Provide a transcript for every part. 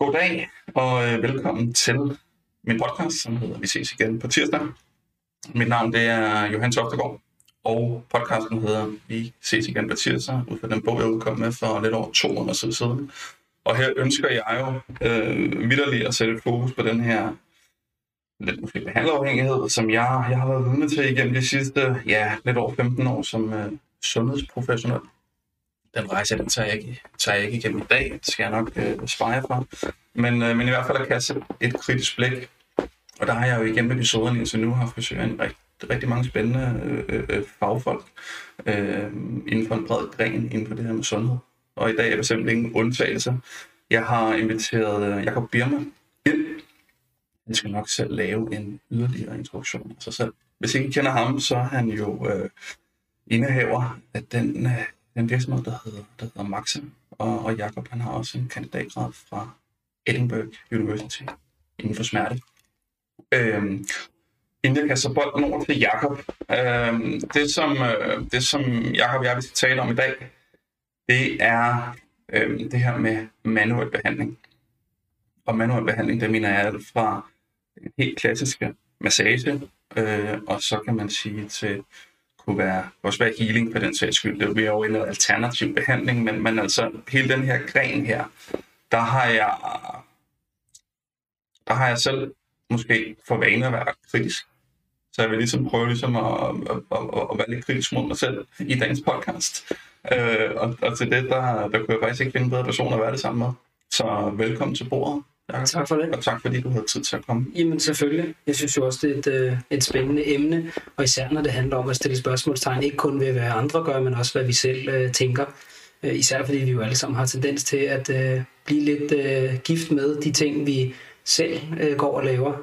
Goddag og velkommen til min podcast, som hedder Vi ses igen på tirsdag. Mit navn det er Johan Toftegård, og podcasten hedder Vi ses igen på tirsdag, ud fra den bog, jeg udkom med for lidt over 2 måneder siden. Og her ønsker jeg jo vitterligt at sætte fokus på den her lidt måske behandlerafhængighed, som jeg har været vidne til igennem de sidste lidt over 15 år som sundhedsprofessionel. Den rejse, den tager jeg ikke igennem i dag, det skal jeg nok spare jer for. Men i hvert fald at kaste et kritisk blik. Og der har jeg jo igennem episoderne indtil nu haft besøg af rigtig mange spændende fagfolk inden for en bred gren inden for det her med sundhed. Og i dag er det simpelthen ingen undtagelse. Jeg har inviteret Jacob Birman ind. Jeg skal nok selv lave en yderligere introduktion af sig selv. Hvis I ikke kender ham, så er han jo indehaver af den virksomhed, der hedder Maxim. Og Jacob, han har også en kandidatgrad fra Edinburgh University inden for smerte. Inden jeg kaster bolden over til Jacob, det som Jacob og jeg vil tale om i dag, det er det her med manuel behandling. Og manuel behandling, det mener jeg alt fra den helt klassiske massage, og så kan man sige til kunne også være healing på den sags skyld. Det er jo en alternativ behandling, men altså hele den her gren her, der har jeg selv måske for vane at være kritisk. Så jeg vil ligesom prøve at være lidt kritisk mod mig selv i dagens podcast. Og til det, der kunne jeg faktisk ikke finde en bedre person at være det sammen med. Så velkommen til bordet. Jacob. Tak for det. Og tak fordi du havde tid til at komme. Jamen selvfølgelig. Jeg synes jo også, det er et spændende emne, og især når det handler om at stille spørgsmålstegn, ikke kun ved hvad andre gør, men også hvad vi selv tænker. Især fordi vi jo alle sammen har tendens til at blive lidt gift med de ting, vi selv går og laver,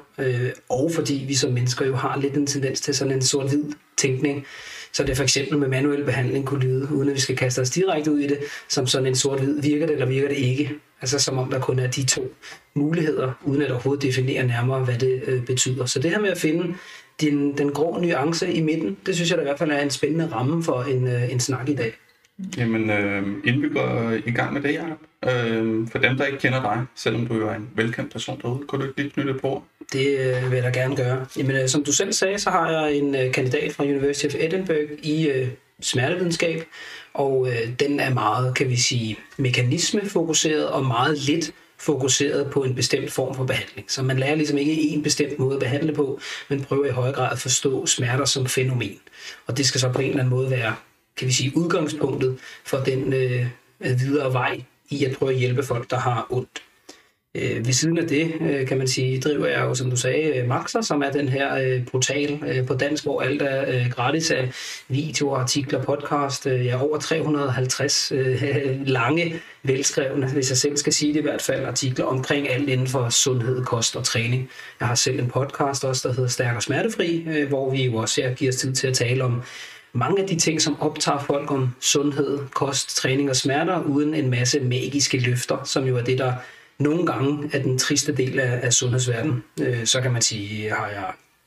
og fordi vi som mennesker jo har lidt en tendens til sådan en sort-hvid tænkning. Så det for eksempel med manuel behandling kunne lyde, uden at vi skal kaste os direkte ud i det, som sådan en sort-hvid, virker det eller virker det ikke? Altså som om der kun er de 2 muligheder, uden at overhovedet definere nærmere, hvad det betyder. Så det her med at finde den grå nuance i midten, det synes jeg da i hvert fald er en spændende ramme for en snak i dag. Jamen, inden vi går i gang med det, Jacob, for dem, der ikke kender dig, selvom du jo er en velkendt person derude, kunne du ikke lige knytte på? Det vil jeg da gerne gøre. Jamen, som du selv sagde, så har jeg en kandidat fra University of Edinburgh i smertevidenskab, og den er meget, kan vi sige, mekanismefokuseret og meget lidt fokuseret på en bestemt form for behandling. Så man lærer ligesom ikke en bestemt måde at behandle på, men prøver i høj grad at forstå smerter som fænomen. Og det skal så på en eller anden måde være, kan vi sige, udgangspunktet for den videre vej i at prøve at hjælpe folk, der har ondt. Ved siden af det, kan man sige, driver jeg jo, som du sagde, Maxer, som er den her portal på dansk, hvor alt er gratis af videoer, artikler, podcast. Jeg er over 350 lange, velskrevne, hvis jeg selv skal sige det i hvert fald, artikler omkring alt inden for sundhed, kost og træning. Jeg har selv en podcast også, der hedder Stærk og Smertefri, hvor vi jo også giver os tid til at tale om mange af de ting, som optager folk om sundhed, kost, træning og smerter, uden en masse magiske løfter, som jo er det, der nogle gange er den triste del af sundhedsverdenen. Så kan man sige, har jeg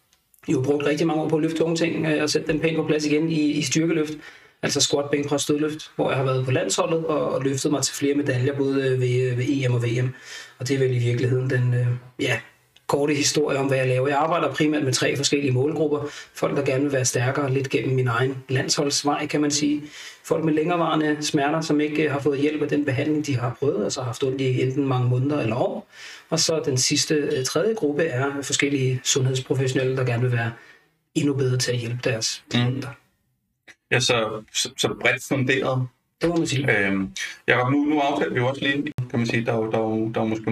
jo brugt rigtig mange år på at løfte tunge ting og sætte dem pænt på plads igen i styrkeløft. Altså squat, bænkpres, stødløft, hvor jeg har været på landsholdet og løftet mig til flere medaljer, både ved EM og VM. Og det er vel i virkeligheden den korte historie om, hvad jeg laver. Jeg arbejder primært med 3 forskellige målgrupper. Folk, der gerne vil være stærkere, lidt gennem min egen landsholdsvej, kan man sige. Folk med længerevarende smerter, som ikke har fået hjælp af den behandling, de har prøvet, altså har haft ondt i enten mange måneder eller år. Og så den sidste, 3. gruppe er forskellige sundhedsprofessionelle, der gerne vil være endnu bedre til at hjælpe deres klienter. Ja, så bredt funderet. Det må man sige. Jacob, nu aftaler vi jo også lige, kan man sige, der er måske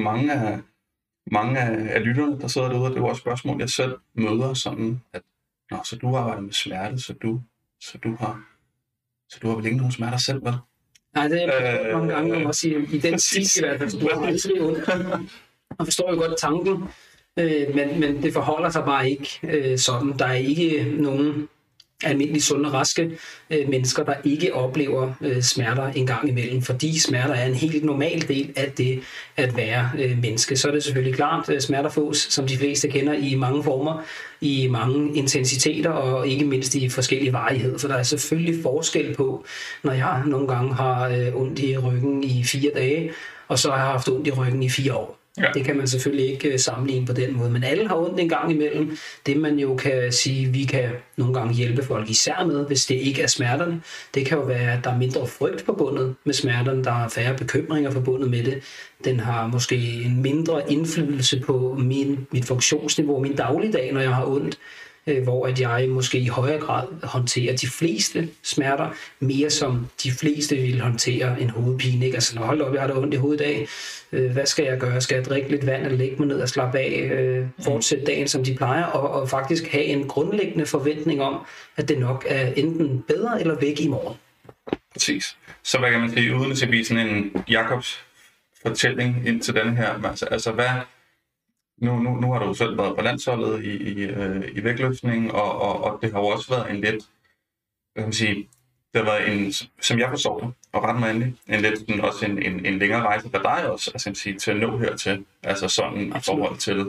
mange af lytterne, der sidder derude, og det er jo også spørgsmål, jeg selv møder sådan, at så du arbejder med smerte, så du har vel ikke nogen smerter selv, vel? Nej, det er mange gange, man må sige, i den stil i hvert fald, så du har aldrig ondt. Og forstår jo godt tanken, men det forholder sig bare ikke sådan. Der er ikke nogen almindelige sunde og raske mennesker, der ikke oplever smerter en gang imellem, fordi smerter er en helt normal del af det at være menneske. Så er det selvfølgelig klart, at smerter fås, som de fleste kender, i mange former, i mange intensiteter og ikke mindst i forskellige varighed. For der er selvfølgelig forskel på, når jeg nogle gange har ondt i ryggen i 4 dage, og så har jeg haft ondt i ryggen i 4 år. Ja. Det kan man selvfølgelig ikke sammenligne på den måde, men alle har ondt en gang imellem. Det man jo kan sige, vi kan nogle gange hjælpe folk især med, hvis det ikke er smerterne. Det kan jo være, at der er mindre frygt forbundet med smerterne, der er færre bekymringer forbundet med det. Den har måske en mindre indflydelse på mit funktionsniveau, min dagligdag, når jeg har ondt. Hvor at jeg måske i højere grad håndterer de fleste smerter, mere som de fleste vil håndtere en hovedpine. Ikke? Altså, hold op, jeg har da ondt i hovedet i dag. Hvad skal jeg gøre? Skal jeg drikke lidt vand eller lægge mig ned og slappe af? Fortsætte dagen, som de plejer, og faktisk have en grundlæggende forventning om, at det nok er enten bedre eller væk i morgen. Præcis. Så hvad kan man sige, uden at blive sådan en Jakobs fortælling ind til denne her? Altså hvad... Nu har du selv været på landsholdet i vægtløftning, og det har jo også været en lidt, hvad kan man sige, det har været en, som jeg forstår det, og ret mig endelig, også en længere rejse for dig også, altså at sige, til at nå hertil, altså sådan. Absolut. I forhold til,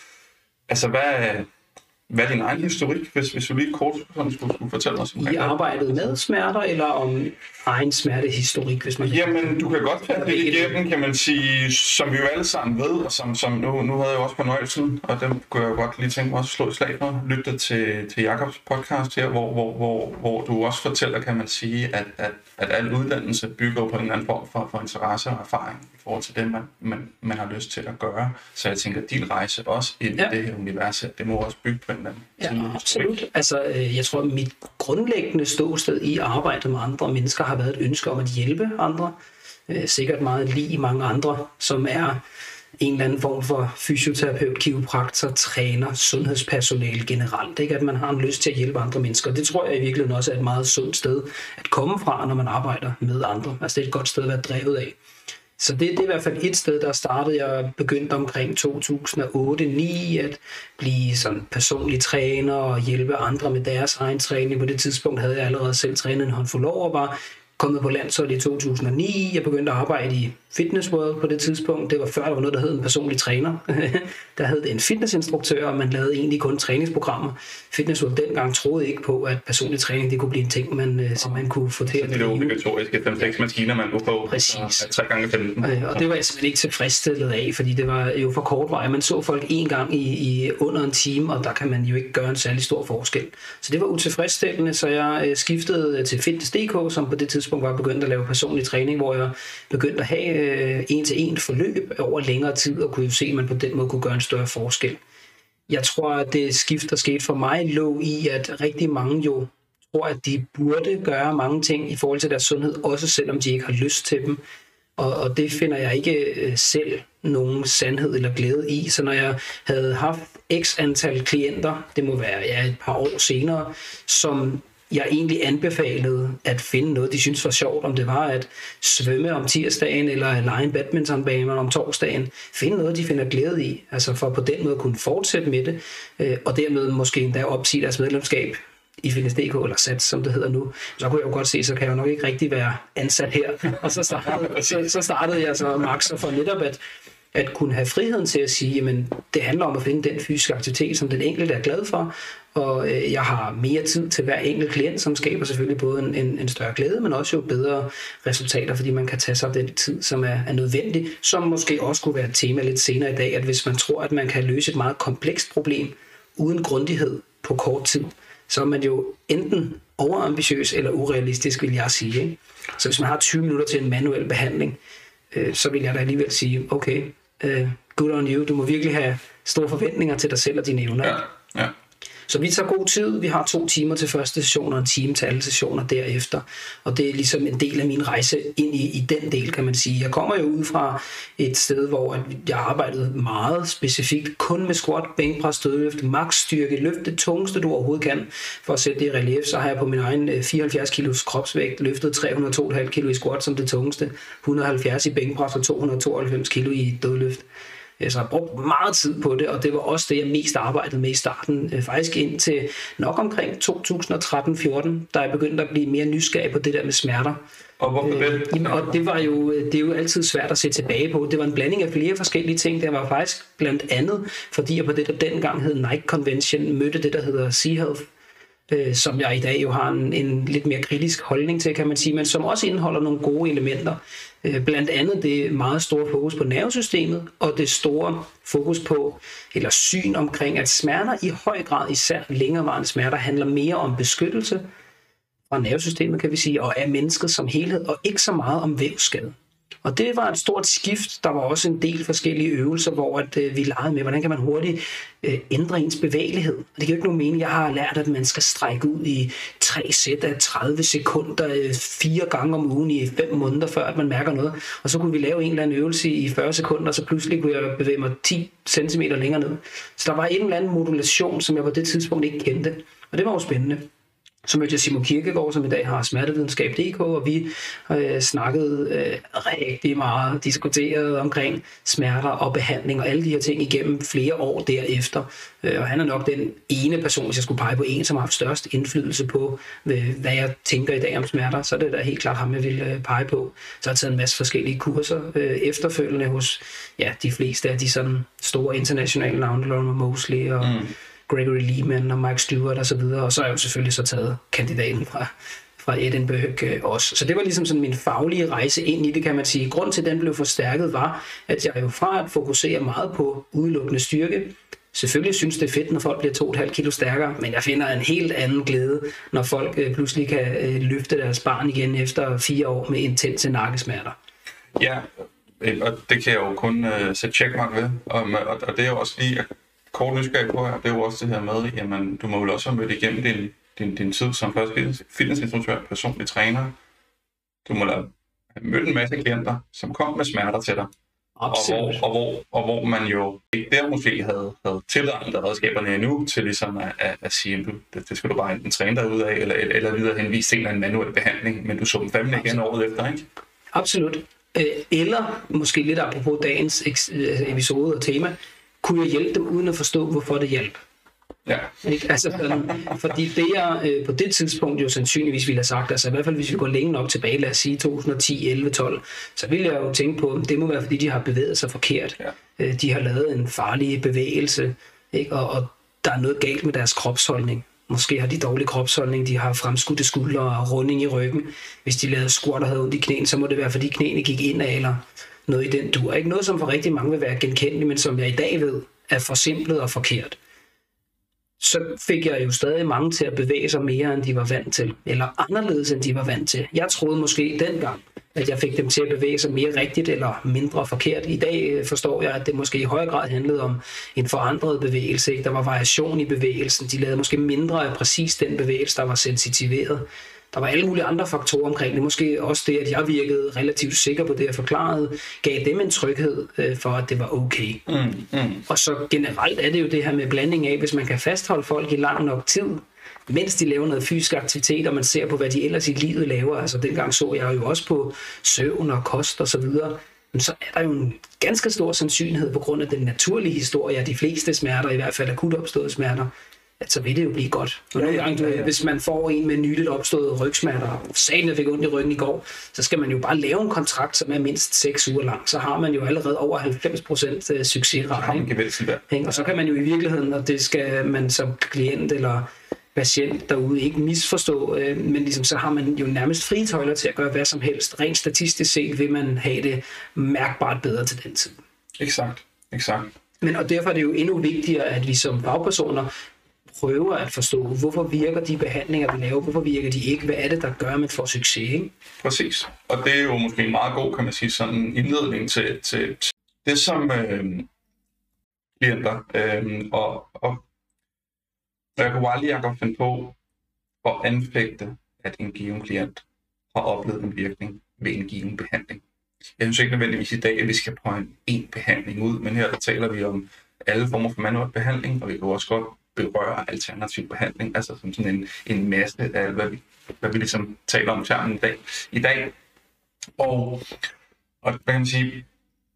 altså hvad er din egen historik, hvis du lige kort skulle fortælle os? I arbejdet med smerter, eller om egen smertehistorik, hvis man... Jamen, du kan godt tage det igennem, kan man sige, som vi jo alle sammen ved, og som nu havde jeg også fornøjelsen, og dem kunne jeg jo godt lige tænke mig også at slå et slag for, lytte til Jakobs podcast her, hvor du også fortæller, kan man sige, at al uddannelse bygger på en anden form for interesse og erfaring i forhold til det, man har lyst til at gøre. Så jeg tænker, at din rejse også ind i det her univers, det må også bygge på en anden. Ja, absolut. Altså, jeg tror, at mit grundlæggende ståsted i arbejdet med andre mennesker har været et ønske om at hjælpe andre. Sikkert meget lige mange andre, som er en eller anden form for fysioterapeut, kiropraktor, træner, sundhedspersonale generelt. Ikke? At man har en lyst til at hjælpe andre mennesker. Det tror jeg i virkeligheden også er et meget sundt sted at komme fra, når man arbejder med andre. Altså, det er et godt sted at være drevet af. Så det er i hvert fald et sted, der startede. Jeg begyndte omkring 2008-2009 at blive sådan personlig træner og hjælpe andre med deres egen træning. På det tidspunkt havde jeg allerede selv trænet en håndfuld år og var kommet på landshold i 2009. Jeg begyndte at arbejde i Fitness World på det tidspunkt. Det var før, der var noget, der hed en personlig træner. Der hed det en fitnessinstruktør, og man lavede egentlig kun træningsprogrammer. Fitness World dengang troede ikke på, at personlig træning det kunne blive en ting, man kunne få til at leve. Det er obligatoriske 5-6 maskiner, man kunne få. Præcis. 3 gange 15. Og det var jeg simpelthen ikke tilfredsstillet af, fordi det var jo for kort vej. Man så folk en gang i under en time, og der kan man jo ikke gøre en særlig stor forskel. Så det var utilfredsstillende, så jeg skiftede til Fitness.dk, som på det tidspunkt var begyndt at lave personlig træning, hvor jeg begyndte at have en-til-en forløb over længere tid, og kunne jo se, at man på den måde kunne gøre en større forskel. Jeg tror, at det skift, der skete for mig, lå i, at rigtig mange jo tror, at de burde gøre mange ting i forhold til deres sundhed, også selvom de ikke har lyst til dem. Og det finder jeg ikke selv nogen sandhed eller glæde i. Så når jeg havde haft x antal klienter, det må være et par år senere, som jeg egentlig anbefalede at finde noget, de synes var sjovt, om det var at svømme om tirsdagen, eller lege en badmintonbane om torsdagen. Finde noget, de finder glæde i, altså for på den måde kunne fortsætte med det, og dermed måske endda opsige deres medlemskab i Fitness.dk, eller SATS, som det hedder nu. Så kunne jeg jo godt se, så kan jeg jo nok ikke rigtig være ansat her. Og så startede jeg så Max for netop at kunne have friheden til at sige, jamen det handler om at finde den fysiske aktivitet, som den enkelte er glad for, og jeg har mere tid til hver enkelt klient, som skaber selvfølgelig både en større glæde, men også jo bedre resultater, fordi man kan tage sig den tid, som er nødvendig, som måske også kunne være et tema lidt senere i dag, at hvis man tror, at man kan løse et meget komplekst problem uden grundighed på kort tid, så er man jo enten overambitiøs eller urealistisk, vil jeg sige. Ikke? Så hvis man har 20 minutter til en manuel behandling, så vil jeg da alligevel sige, okay, good on you, du må virkelig have store forventninger til dig selv og dine evner. Ja. Så vi tager god tid. Vi har 2 timer til første session og 1 time til alle sessioner derefter. Og det er ligesom en del af min rejse ind i den del, kan man sige. Jeg kommer jo ud fra et sted, hvor jeg arbejdede meget specifikt kun med squat, bænkpres, dødløft, max styrke, løft det tungeste, du overhovedet kan. For at sætte det i relief, så har jeg på min egen 74 kilos kropsvægt løftet 302,5 kilo i squat som det tungeste, 170 i bænkpres og 292 kilo i dødløft. Så jeg har brugt meget tid på det, og det var også det, jeg mest arbejdede med i starten. Faktisk indtil nok omkring 2013-14, da jeg begyndte at blive mere nysgerrig på det der med smerter. Og hvorfor det? Og det er jo altid svært at se tilbage på. Det var en blanding af flere forskellige ting. Det var faktisk blandt andet, fordi jeg på det, der dengang hed Nike Convention, mødte det, der hedder Sea Health, som jeg i dag jo har en lidt mere kritisk holdning til, kan man sige, men som også indeholder nogle gode elementer. Blandt andet det meget store fokus på nervesystemet, og det store fokus på, eller syn omkring, at smerter i høj grad, især længerevarende smerter, handler mere om beskyttelse fra nervesystemet, kan vi sige, og af mennesket som helhed, og ikke så meget om vævsskade. Og det var et stort skift. Der var også en del forskellige øvelser, hvor vi legede med, hvordan kan man hurtigt ændre ens bevægelighed. Og det giver ikke nogen mening. Jeg har lært, at man skal strække ud i 3 sæt af 30 sekunder 4 gange om ugen i 5 måneder, før at man mærker noget. Og så kunne vi lave en eller anden øvelse i 40 sekunder, og så pludselig kunne jeg bevæge mig 10 cm længere ned. Så der var en eller anden modulation, som jeg på det tidspunkt ikke kendte. Og det var jo spændende. Så mødte jeg Simon Kierkegaard, som i dag har smertevidenskab.dk, og vi snakkede rigtig meget, diskuterede omkring smerter og behandling og alle de her ting igennem flere år derefter. Og han er nok den ene person, hvis jeg skulle pege på en, som har haft størst indflydelse på, hvad jeg tænker i dag om smerter, så er det da helt klart ham, jeg ville pege på. Så har jeg taget en masse forskellige kurser efterfølgende hos de fleste af de sådan store internationale navne, Lorimer Moseley og Gregory Lehman og Mike Stewart og så videre, og så har jeg jo selvfølgelig så taget kandidaten fra Edinburgh også. Så det var ligesom sådan min faglige rejse ind i det, kan man sige. Grund til, at den blev forstærket, var, at jeg jo fra at fokusere meget på udelukkende styrke, selvfølgelig synes det er fedt, når folk bliver 2,5 kilo stærkere, men jeg finder en helt anden glæde, når folk pludselig kan løfte deres barn igen efter 4 år med intense nakkesmerter. Ja, og det kan jeg jo kun sætte checkmark ved, og det er jo også lige kort nysgerrig på her, det er jo også det her med, jamen, du må jo også have mødt igennem din tid som først fitnessinstruktør, personlig træner. Du må have mødt en masse klienter, som kom med smerter til dig. Og hvor man jo ikke der måske havde tilegnet redskaberne endnu til ligesom at sige, det skal du bare enten træne dig ud af, eller videre henvise til en eller anden manuel behandling, men du så dem fandme igen året efter, ikke? Absolut. Eller måske lidt apropos dagens episode og tema, kunne jeg hjælpe dem uden at forstå, hvorfor det hjalp. Ja. Ikke? Altså, fordi det jeg på det tidspunkt jo sandsynligvis ville have sagt, altså i hvert fald hvis vi går længe nok tilbage, lad os sige 2010, 11, 12, så ville jeg jo tænke på, det må være fordi de har bevæget sig forkert. Ja. De har lavet en farlig bevægelse, ikke? Og der er noget galt med deres kropsholdning. Måske har de dårlig kropsholdning, de har fremskudte skuldre og runding i ryggen. Hvis de lavede squat og havde ondt i knæene, så må det være fordi knæene gik indad eller noget i den dur. Ikke noget, som for rigtig mange vil være genkendeligt, men som jeg i dag ved er forsimplet og forkert. Så fik jeg jo stadig mange til at bevæge sig mere, end de var vant til. Eller anderledes, end de var vant til. Jeg troede måske dengang, at jeg fik dem til at bevæge sig mere rigtigt eller mindre forkert. I dag forstår jeg, at det måske i høj grad handlede om en forandret bevægelse. Ikke? Der var variation i bevægelsen. De lavede måske mindre af præcis den bevægelse, der var sensitiveret. Der var alle mulige andre faktorer omkring det. Måske også det, at jeg virkede relativt sikker på det, jeg forklarede, gav dem en tryghed for, at det var okay. Og så generelt er det jo det her med blanding af, hvis man kan fastholde folk i lang nok tid, mens de laver noget fysisk aktivitet, og man ser på, hvad de ellers i livet laver. Altså dengang så jeg jo også på søvn og kost og så videre. Men så er der jo en ganske stor sandsynlighed på grund af den naturlige historie, at de fleste smerter, i hvert fald akut opståede smerter, at så vil det jo blive godt. Og nogle gange, hvis man får en med nyligt opstået rygsmerter, sagen jeg fik ondt i ryggen i går, så skal man jo bare lave en kontrakt, som er mindst 6 uger lang. Så har man jo allerede over 90% succesrate. Og så kan man jo i virkeligheden, og det skal man som klient eller patient derude ikke misforstå, men ligesom så har man jo nærmest frie tøjler til at gøre hvad som helst. Rent statistisk set vil man have det mærkbart bedre til den tid. Exakt. Men og derfor er det jo endnu vigtigere, at vi som fagpersoner prøver at forstå, hvorfor virker de behandlinger, vi laver, hvorfor virker de ikke, hvad er det, der gør, at man får succes, ikke? Præcis. Og det er jo måske en meget god, kan man sige, sådan indledning til det, som klienter, og jeg kan jo aldrig finde på at anfægte, at en given klient har oplevet en virkning ved en given behandling. Jeg synes ikke nødvendigvis i dag, at vi skal prøve en behandling ud, men her der taler vi om alle former for manuel behandling, og vi kan også godt berøre alternativ behandling, altså som sådan en masse af, hvad vi ligesom taler om termen i dag. Og hvad kan man sige,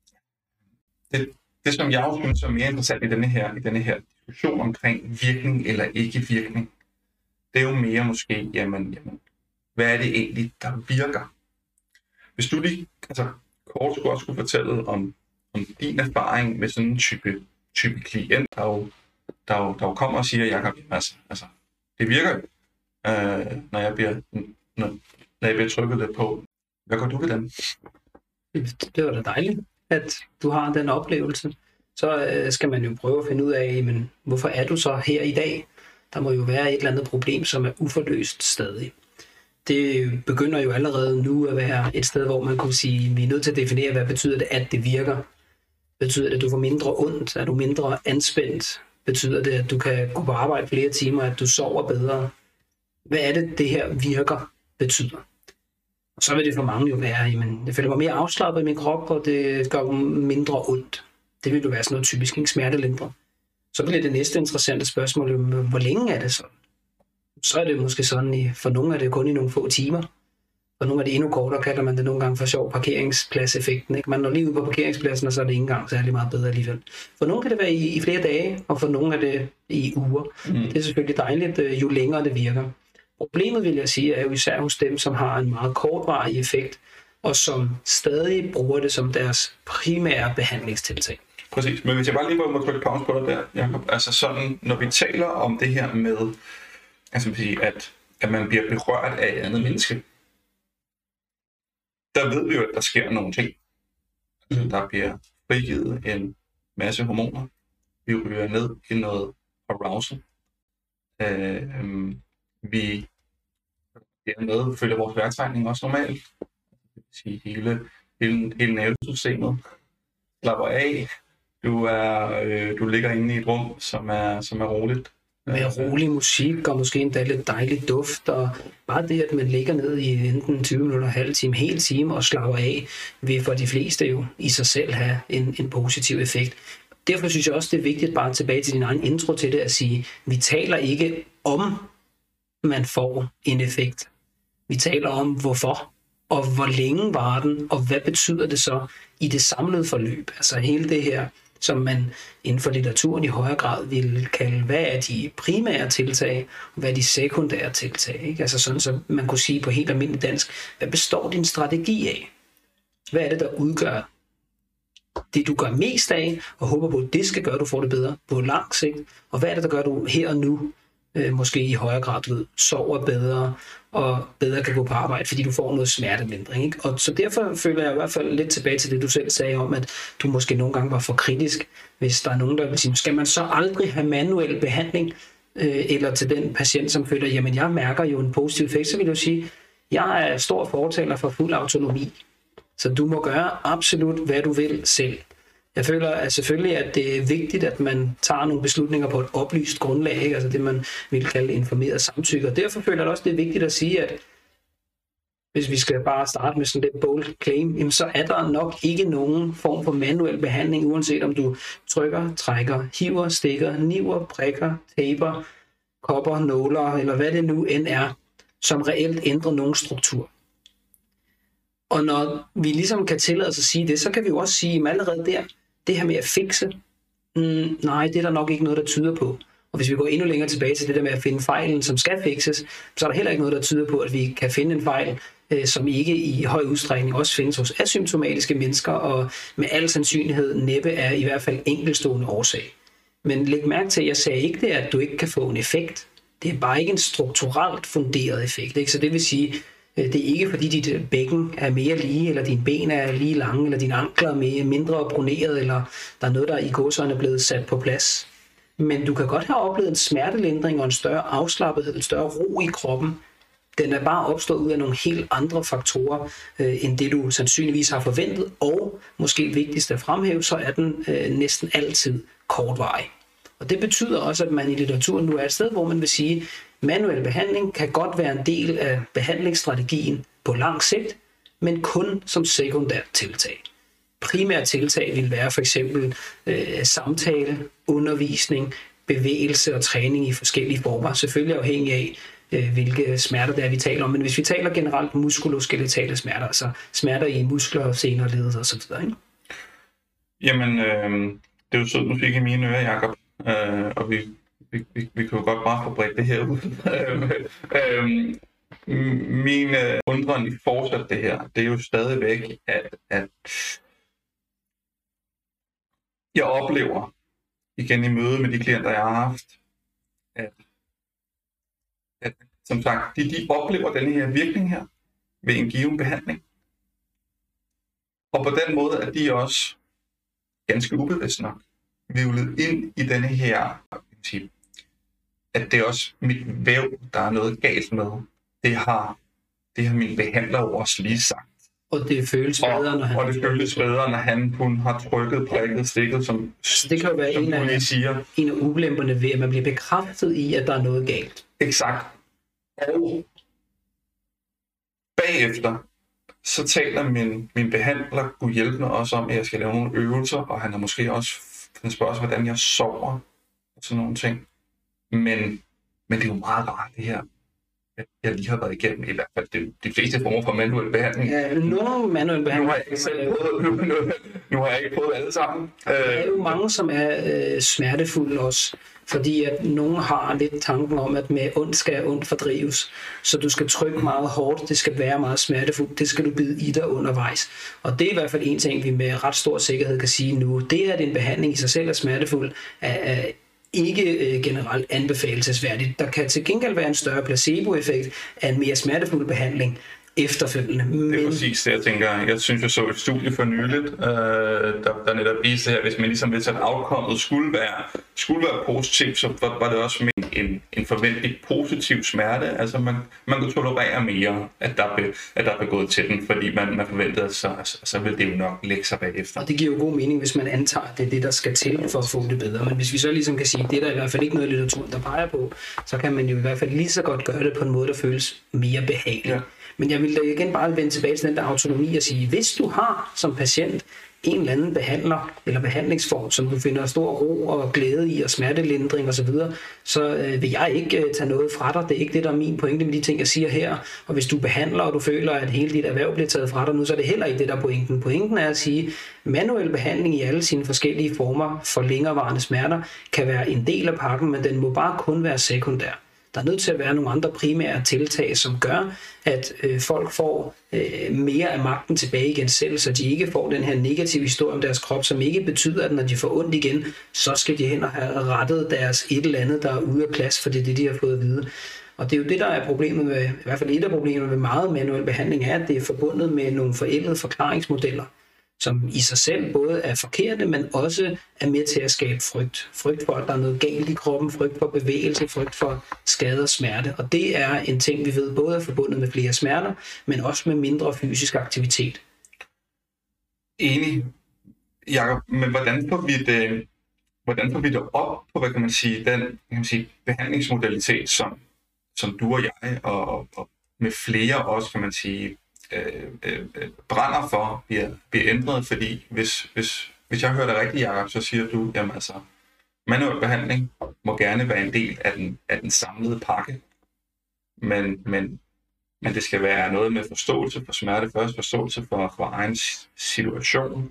det som jeg også synes er mere interessant i denne her diskussion omkring virkning eller ikke virkning, det er jo mere måske, jamen, hvad er det egentlig, der virker? Hvis du lige kort skulle fortælle om din erfaring med sådan en type klient, der jo kommer og siger, Jakob, altså, det virker jo. når jeg bliver trykket lidt på. Hvad gør du ved dem? Det var da dejligt, at du har den oplevelse. Så skal man jo prøve at finde ud af, men hvorfor er du så her i dag? Der må jo være et eller andet problem, som er uforløst stadig. Det begynder jo allerede nu at være et sted, hvor man kunne sige, vi er nødt til at definere, hvad betyder det, at det virker. Betyder det, at du får mindre ondt? Er du mindre anspændt? Betyder det, at du kan gå på arbejde flere timer, at du sover bedre? Hvad er det, det her virker betyder? Og så vil det for mange jo være, jamen, jeg føler mig mere afslappet i min krop, og det gør mindre ondt. Det vil jo være sådan noget typisk en smertelindring. Så bliver det næste interessante spørgsmål, hvor længe er det så? Så er det måske sådan, for nogle er det kun i nogle få timer. For nogle er det endnu kortere, kalder man det nogle gange for sjov parkeringspladseffekten. Ikke? Man når lige ud på parkeringspladsen, og så er det ikke engang særlig meget bedre alligevel. For nogle kan det være i flere dage, og for nogle er det i uger. Det er selvfølgelig dejligt, jo længere det virker. Problemet, vil jeg sige, er jo især hos dem, som har en meget kortvarig effekt, og som stadig bruger det som deres primære behandlingstiltag. Præcis, men hvis jeg bare lige må trykke pause på dig der, Jacob. Altså sådan, når vi taler om det her med, at man bliver berørt af et andet menneske, der ved vi jo, at der sker nogle ting. Altså, der bliver frigivet en masse hormoner. Vi ryger ned i noget arousal. Vi dermed følger vores vejrtrækning også normalt. Det vil sige, hele nervesystemet slapper af. Du ligger inde i et rum, som er roligt. Med rolig musik og måske endda lidt dejlig duft, og bare det, at man ligger ned i enten 20 minutter, halv time, hel time og slapper af, vil for de fleste jo i sig selv have en positiv effekt. Derfor synes jeg også, det er vigtigt, bare tilbage til din egen intro til det, at sige, vi taler ikke om, man får en effekt. Vi taler om, hvorfor, og hvor længe var den, og hvad betyder det så i det samlede forløb. Altså hele det her, som man inden for litteraturen i højere grad vil kalde, hvad er de primære tiltag, og hvad er de sekundære tiltag. Ikke? Altså sådan, så man kunne sige på helt almindelig dansk, hvad består din strategi af? Hvad er det, der udgør det, du gør mest af, og håber på, at det skal gøre, at du får det bedre på lang sigt? Og hvad er det, der gør, at du her og nu måske i højere grad sover bedre, og bedre kan gå på arbejde, fordi du får noget smertelindring. Ikke? Og så derfor føler jeg i hvert fald lidt tilbage til det, du selv sagde om, at du måske nogle gange var for kritisk, hvis der er nogen, der vil sige, skal man så aldrig have manuel behandling, eller til den patient, som føler, jamen jeg mærker jo en positiv effekt, så vil jeg jo sige, jeg er stor fortaler for fuld autonomi, så du må gøre absolut, hvad du vil selv. Jeg føler at selvfølgelig, at det er vigtigt, at man tager nogle beslutninger på et oplyst grundlag, ikke? Altså det, man vil kalde informeret samtykke. Og derfor føler jeg også, det er vigtigt at sige, at hvis vi skal bare starte med sådan lidt bold claim, jamen så er der nok ikke nogen form for manuel behandling, uanset om du trykker, trækker, hiver, stikker, niver, prikker, taper, kopper, nåler, eller hvad det nu end er, som reelt ændrer nogen struktur. Og når vi ligesom kan tillade os at sige det, så kan vi jo også sige, at allerede der, det her med at fikse, nej, det er der nok ikke noget, der tyder på. Og hvis vi går endnu længere tilbage til det der med at finde fejlen, som skal fikses, så er der heller ikke noget, der tyder på, at vi kan finde en fejl, som ikke i høj udstrækning også findes hos asymptomatiske mennesker, og med al sandsynlighed næppe er i hvert fald enkeltstående årsag. Men læg mærke til, at jeg sagde ikke det, at du ikke kan få en effekt. Det er bare ikke en strukturelt funderet effekt. Ikke? Så det vil sige, det er ikke fordi dit bækken er mere lige, eller dine ben er lige lange, eller dine ankler er mindre broneret, eller der er noget, der i gåsøjne er blevet sat på plads. Men du kan godt have oplevet en smertelindring og en større afslappethed, en større ro i kroppen. Den er bare opstået ud af nogle helt andre faktorer, end det du sandsynligvis har forventet, og måske vigtigst at fremhæve, så er den næsten altid kortvarig. Og det betyder også, at man i litteraturen nu er et sted, hvor man vil sige, manuel behandling kan godt være en del af behandlingsstrategien på lang sigt, men kun som sekundært tiltag. Primære tiltag vil være for eksempel samtale, undervisning, bevægelse og træning i forskellige former, selvfølgelig afhængig af, hvilke smerter det er, vi taler om. Men hvis vi taler generelt muskuloskeletale smerter, altså smerter i muskler, sener, led og så videre. Ikke? Jamen, det er jo sød musik i mine ører, Jacob. Og vi kan jo godt bare få bredt det her ud. Min undren i fortsat det her, det er jo stadigvæk, at jeg oplever, igen i møde med de klienter, jeg har haft, at som sagt, de oplever denne her virkning her ved en given behandling. Og på den måde er de også ganske ubevidst nok hvirvlet ind i denne her, at det er også mit væv, der er noget galt med. Det har min behandler også lige sagt. Og det føles bedre, når hun har trykket, prikket, stikket, som det kan jo være en af ulemperne ved, at man bliver bekræftet i, at der er noget galt. Exakt. Og bagefter, så taler min behandler, Gud hjælpe mig også om, at jeg skal lave nogle øvelser, og han spørger også, hvordan jeg sover, og sådan nogle ting. Men det er jo meget rart, det her. Jeg lige har været igennem, i hvert fald de fleste former for manuel behandling. Ja, nogle manuel behandling. Nu har jeg ikke prøvet alle sammen. Der er jo mange, som er smertefulde også, fordi at nogen har lidt tanken om, at med ondt skal ondt fordrives. Så du skal trykke meget hårdt, det skal være meget smertefuldt, det skal du bide i dig undervejs. Og det er i hvert fald en ting, vi med ret stor sikkerhed kan sige nu. Det, at en behandling i sig selv er smertefuld, er ikke generelt anbefalelsesværdigt. Der kan til gengæld være en større placeboeffekt af en mere smertefuld behandling efterfølgende. Det er præcis det, jeg tænker. Jeg synes, jeg så et studie for nyligt, der netop viste her, hvis man ligesom vidste, at outcomet skulle være positivt, så var det også med en forventelig positiv smerte. Altså man kunne tolerere mere, at der blev gået til den, fordi man forventede, at så ville det jo nok lægge sig bagefter. Og det giver jo god mening, hvis man antager, at det er det, der skal til for at få det bedre. Men hvis vi så ligesom kan sige, at det der i hvert fald ikke noget litteratur, der peger på, så kan man jo i hvert fald lige så godt gøre det på en måde, der føles mere behagelig. Ja. Men jeg vil da igen bare vende tilbage til den der autonomi og sige, hvis du har som patient en eller anden behandler eller behandlingsform, som du finder stor ro og glæde i og smertelindring osv., så vil jeg ikke tage noget fra dig. Det er ikke det, der er min pointe med de ting, jeg siger her. Og hvis du behandler, og du føler, at hele dit erhverv bliver taget fra dig nu, så er det heller ikke det, der er pointen. Pointen er at sige, at manuel behandling i alle sine forskellige former for længerevarende smerter kan være en del af pakken, men den må bare kun være sekundær. Der er nødt til at være nogle andre primære tiltag, som gør, at folk får mere af magten tilbage igen selv, så de ikke får den her negative historie om deres krop, som ikke betyder, at når de får ondt igen, så skal de hen og have rettet deres et eller andet, der er ude af plads, for det er det, de har fået at vide. Og det er jo det, der er problemet med, i hvert fald et af problemerne med meget manuel behandling, er, at det er forbundet med nogle forældede forklaringsmodeller, som i sig selv både er forkerte, men også er med til at skabe frygt. Frygt for, at der er noget galt i kroppen, frygt for bevægelse, frygt for skade og smerte. Og det er en ting, vi ved både er forbundet med flere smerter, men også med mindre fysisk aktivitet. Enig, Jakob, men hvordan får vi det op på, hvad kan man sige, den behandlingsmodalitet, som du og jeg og med flere også, kan man sige, brænder for, bliver ændret, fordi hvis jeg hører det rigtigt, Jacob, så siger du, jamen altså, manuel behandling må gerne være en del af den samlede pakke, men det skal være noget med forståelse for smerte først, forståelse for egen situation,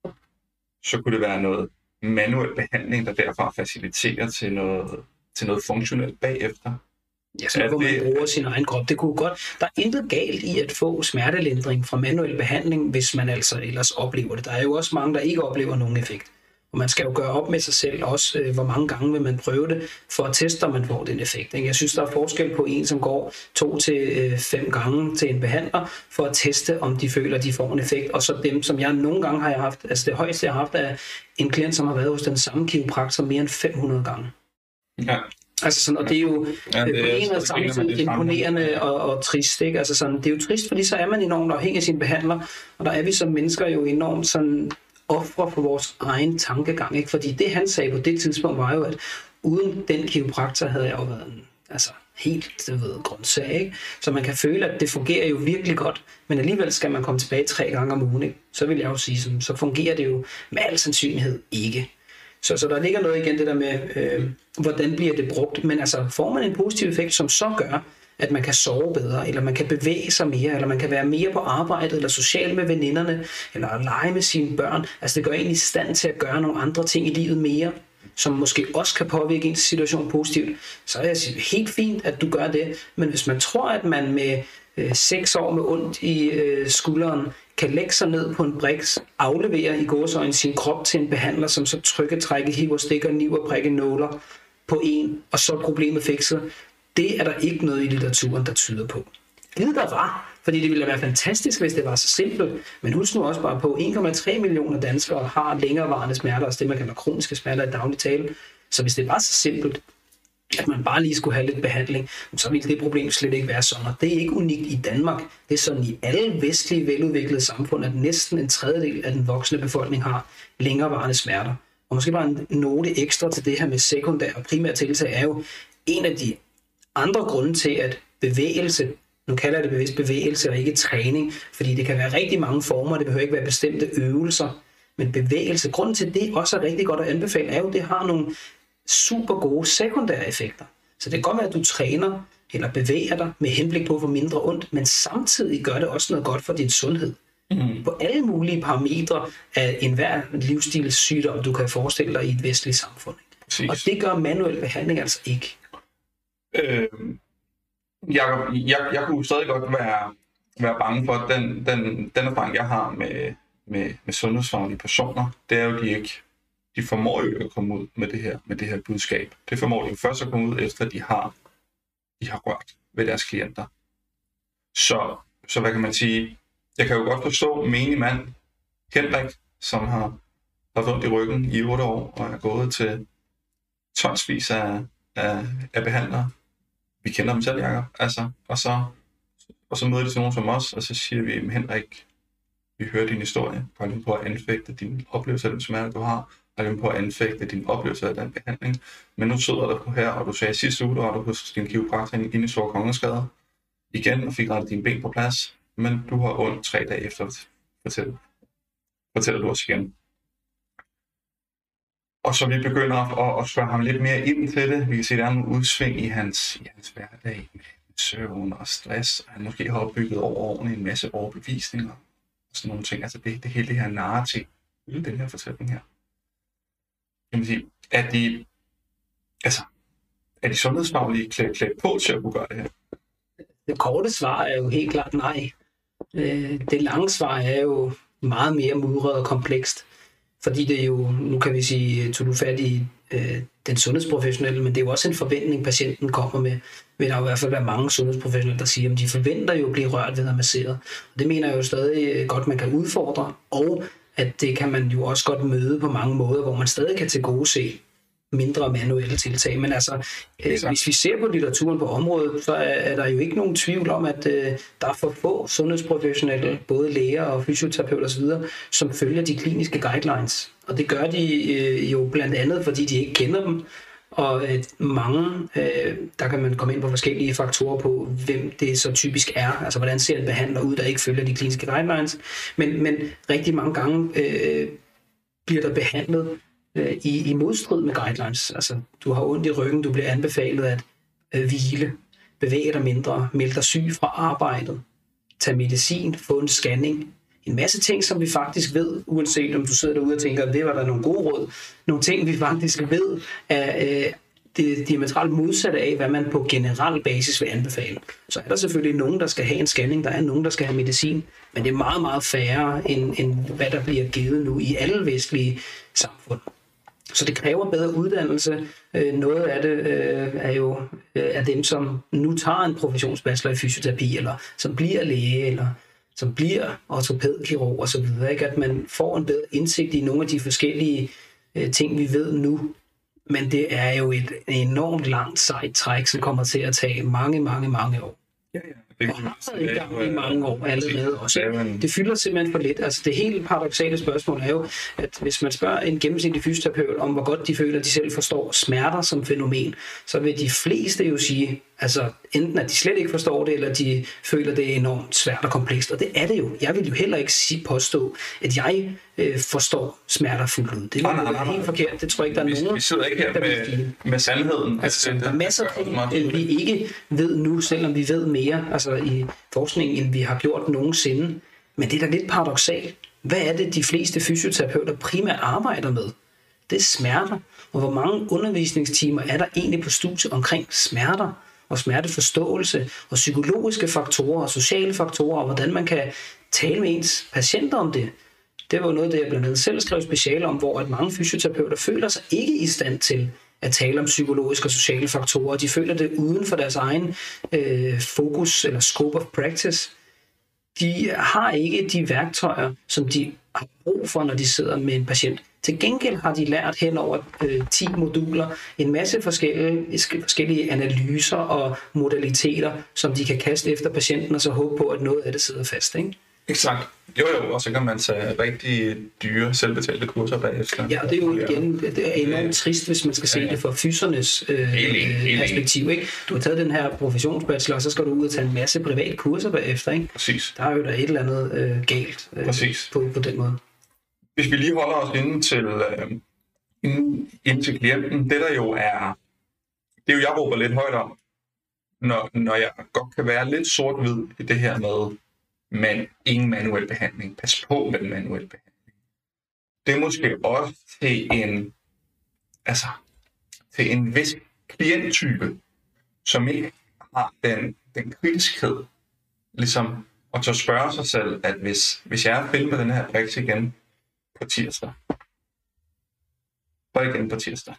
så kunne det være noget manuel behandling, der derfor faciliterer til noget funktionelt bagefter. Ja, så hvor man bruger sin egen krop. Det kunne godt. Der er intet galt i at få smertelindring fra manuel behandling, hvis man altså ellers oplever det. Der er jo også mange, der ikke oplever nogen effekt. Og man skal jo gøre op med sig selv også, hvor mange gange vil man prøve det, for at teste, om man får den effekt. Jeg synes, der er forskel på en, som går 2 til 5 gange til en behandler, for at teste, om de føler, at de får en effekt. Og så dem, som jeg nogle gange har haft, altså det højeste, jeg har haft, er en klient, som har været hos den samme kiropraktor mere end 500 gange. Ja. Altså sådan, og det er jo på en og samme tid imponerende og trist, ikke? Altså sådan, det er jo trist, fordi så er man enormt afhængig af sin behandler, og der er vi som mennesker jo enormt sådan ofre for vores egen tankegang, ikke? Fordi det han sagde på det tidspunkt var jo, at uden den kiropraktor havde jeg jo været helt grundsag, ikke? Så man kan føle, at det fungerer jo virkelig godt, men alligevel skal man komme tilbage 3 gange om ugen, ikke? Så vil jeg jo sige, så fungerer det jo med al sandsynlighed ikke. Så der ligger noget igen det der med, hvordan bliver det brugt. Men altså, får man en positiv effekt, som så gør, at man kan sove bedre, eller man kan bevæge sig mere, eller man kan være mere på arbejdet, eller social med veninderne, eller lege med sine børn. Altså det gør en i stand til at gøre nogle andre ting i livet mere, som måske også kan påvirke ens situation positivt. Så er jeg helt fint, at du gør det. Men hvis man tror, at man med 6 år med ondt i skulderen, kan lægge sig ned på en briks, aflevere i gåseøjne sin krop til en behandler, som så trykker, trækker, hiver, stikker, niver, prikker, nåler på en, og så er problemet fikset. Det er der ikke noget i litteraturen, der tyder på. Det der var, fordi det ville være fantastisk, hvis det var så simpelt. Men husk nu også bare på, 1,3 millioner danskere har længerevarende smerter, altså det man kalder kroniske smerter i daglig tale. Så hvis det var så simpelt, at man bare lige skulle have lidt behandling, så ville det problem slet ikke være sådan. Og det er ikke unikt i Danmark. Det er sådan i alle vestlige veludviklede samfund, at næsten en tredjedel af den voksne befolkning har længerevarende smerter. Og måske bare en note ekstra til det her med sekundære og primære tiltag, er jo en af de andre grunde til, at bevægelse, nu kalder jeg det bevidst bevægelse og ikke træning, fordi det kan være rigtig mange former, det behøver ikke være bestemte øvelser, men bevægelse, grunden til det også er rigtig godt at anbefale, er jo, at det har nogle super gode sekundære effekter. Så det kan godt være, at du træner eller bevæger dig med henblik på at få mindre ondt, men samtidig gør det også noget godt for din sundhed. På alle mulige parametre af enhver livsstilssygdom, du kan forestille dig i et vestligt samfund. Præcis. Og det gør manuel behandling altså ikke. Jeg kunne stadig godt være bange for, at den erfaring, jeg har med sundhedsfaglige personer, det er jo, de formår jo at komme ud med det her budskab. Det formår de jo først at komme ud, efter de har rørt ved deres klienter. Så hvad kan man sige? Jeg kan jo godt forstå menig mand, Henrik, som har ondt i ryggen i 8 år, og er gået til tonsvis af behandlere. Vi kender dem selv, Jacob. Altså, og så møder de til nogen som os, og så siger vi, Henrik, vi hører din historie. Prøv lige på at anfægte din oplevelse af den smerte, du har. Prøv lige på at anfægte din oplevelse af den behandling. Men nu sidder du her, og du sagde sidste uge, du var hos din kiropraktor inde i Store Kongensgade igen, og fik rettet dine ben på plads. Men du har ondt 3 dage efter, fortæller du os igen. Og så vi begynder at spørge ham lidt mere ind til det. Vi kan se, at der er nogle udsving i hans hverdag med søvn og stress. Og han måske har opbygget over årene en masse overbevisninger og sådan nogle ting. Altså det hele det her narrativ, den her fortælling her. Kan man sige, er de sundhedsfaglige klædt på til at kunne gøre det her? Det korte svar er jo helt klart nej. Det lange svar er jo meget mere mudret og komplekst. Fordi det er jo, nu kan vi sige, tog du fat i den sundhedsprofessionelle, men det er jo også en forventning, patienten kommer med. Vil der jo i hvert fald være mange sundhedsprofessionelle, der siger, at de forventer jo at blive rørt ved at masseret. Og det mener jeg jo stadig godt, man kan udfordre, og at det kan man jo også godt møde på mange måder, hvor man stadig kan tilgodese mindre manuelle tiltag. Men altså, hvis vi ser på litteraturen på området, så er der jo ikke nogen tvivl om, at der er for få sundhedsprofessionelle, både læger og fysioterapeuter osv., som følger de kliniske guidelines. Og det gør de jo blandt andet, fordi de ikke kender dem. Og mange, der kan man komme ind på forskellige faktorer på, hvem det så typisk er. Altså, hvordan ser en behandler ud, der ikke følger de kliniske guidelines. Men rigtig mange gange bliver der behandlet i modstrid med guidelines. Altså, du har ondt i ryggen, du bliver anbefalet at hvile, bevæge dig mindre, melde dig syg fra arbejdet, tage medicin, få en scanning. En masse ting, som vi faktisk ved, uanset om du sidder derude og tænker, at det var der nogle gode råd. Nogle ting, vi faktisk ved, er det diametralt modsatte af, hvad man på generel basis vil anbefale. Så er der selvfølgelig nogen, der skal have en scanning, der er nogen, der skal have medicin, men det er meget, meget færre, end hvad der bliver givet nu i alle vestlige samfund. Så det kræver bedre uddannelse. Noget af det er jo af dem, som nu tager en professionsbachelor i fysioterapi, eller som bliver læge, eller som bliver ortopædkirurg og så videre, ikke? At man får en bedre indsigt i nogle af de forskellige ting, vi ved nu. Men det er jo et enormt langt sejt træk, som kommer til at tage mange, mange, mange år. Ja. Det har været i gang i mange år allerede også. Det fylder simpelthen for lidt. Altså det helt paradoksale spørgsmål er jo, at hvis man spørger en gennemsnitlig fysioterapeut om, hvor godt de føler, at de selv forstår smerter som fænomen, så vil de fleste jo sige, altså enten at de slet ikke forstår det, eller de føler, det er enormt svært og komplekst. Og det er det jo. Jeg vil jo heller ikke påstå, at jeg forstår smerter fuldt ud. Det er helt forkert. Det tror jeg ikke, der er nogen. Vi sidder ikke her med sandheden. Altså, der er masser af ting, vi ikke ved nu, selvom vi ved mere i forskningen, end vi har gjort nogensinde. Men det er da lidt paradoksalt. Hvad er det, de fleste fysioterapeuter primært arbejder med? Det er smerter. Og hvor mange undervisningstimer er der egentlig på studiet omkring smerter og smerteforståelse og psykologiske faktorer og sociale faktorer, og hvordan man kan tale med ens patienter om det. Det var noget, det jeg blandt andet selv skrev speciale om, hvor at mange fysioterapeuter føler sig ikke i stand til at tale om psykologiske og sociale faktorer. De føler det uden for deres egen fokus eller scope of practice. De har ikke de værktøjer, som de har brug for, når de sidder med en patient. Til gengæld har de lært hen over 10 moduler en masse forskellige analyser og modaliteter, som de kan kaste efter patienten og så håbe på, at noget af det sidder fast, ikke? Exakt. Jo, og så kan man tage rigtig dyre, selvbetalte kurser bagefter. Ja, og det er jo igen, det er enormt trist, hvis man skal se det fra fysernes perspektiv, ikke? Du har taget den her professionsbachelor, og så skal du ud og tage en masse private kurser bagefter, ikke? Præcis. Der er jo da et eller andet galt på den måde. Hvis vi lige holder os inde til klienten, det er jo, jeg råber lidt højt om, når jeg godt kan være lidt sort-hvid i det her med, men ingen manuel behandling. Pas på med den manuelle behandling. Det er måske også til en vis klienttype, som ikke har den kritiskhed, ligesom at så spørge sig selv, at hvis jeg er fælde med den her praksis igen på tirsdag, og igen på tirsdag,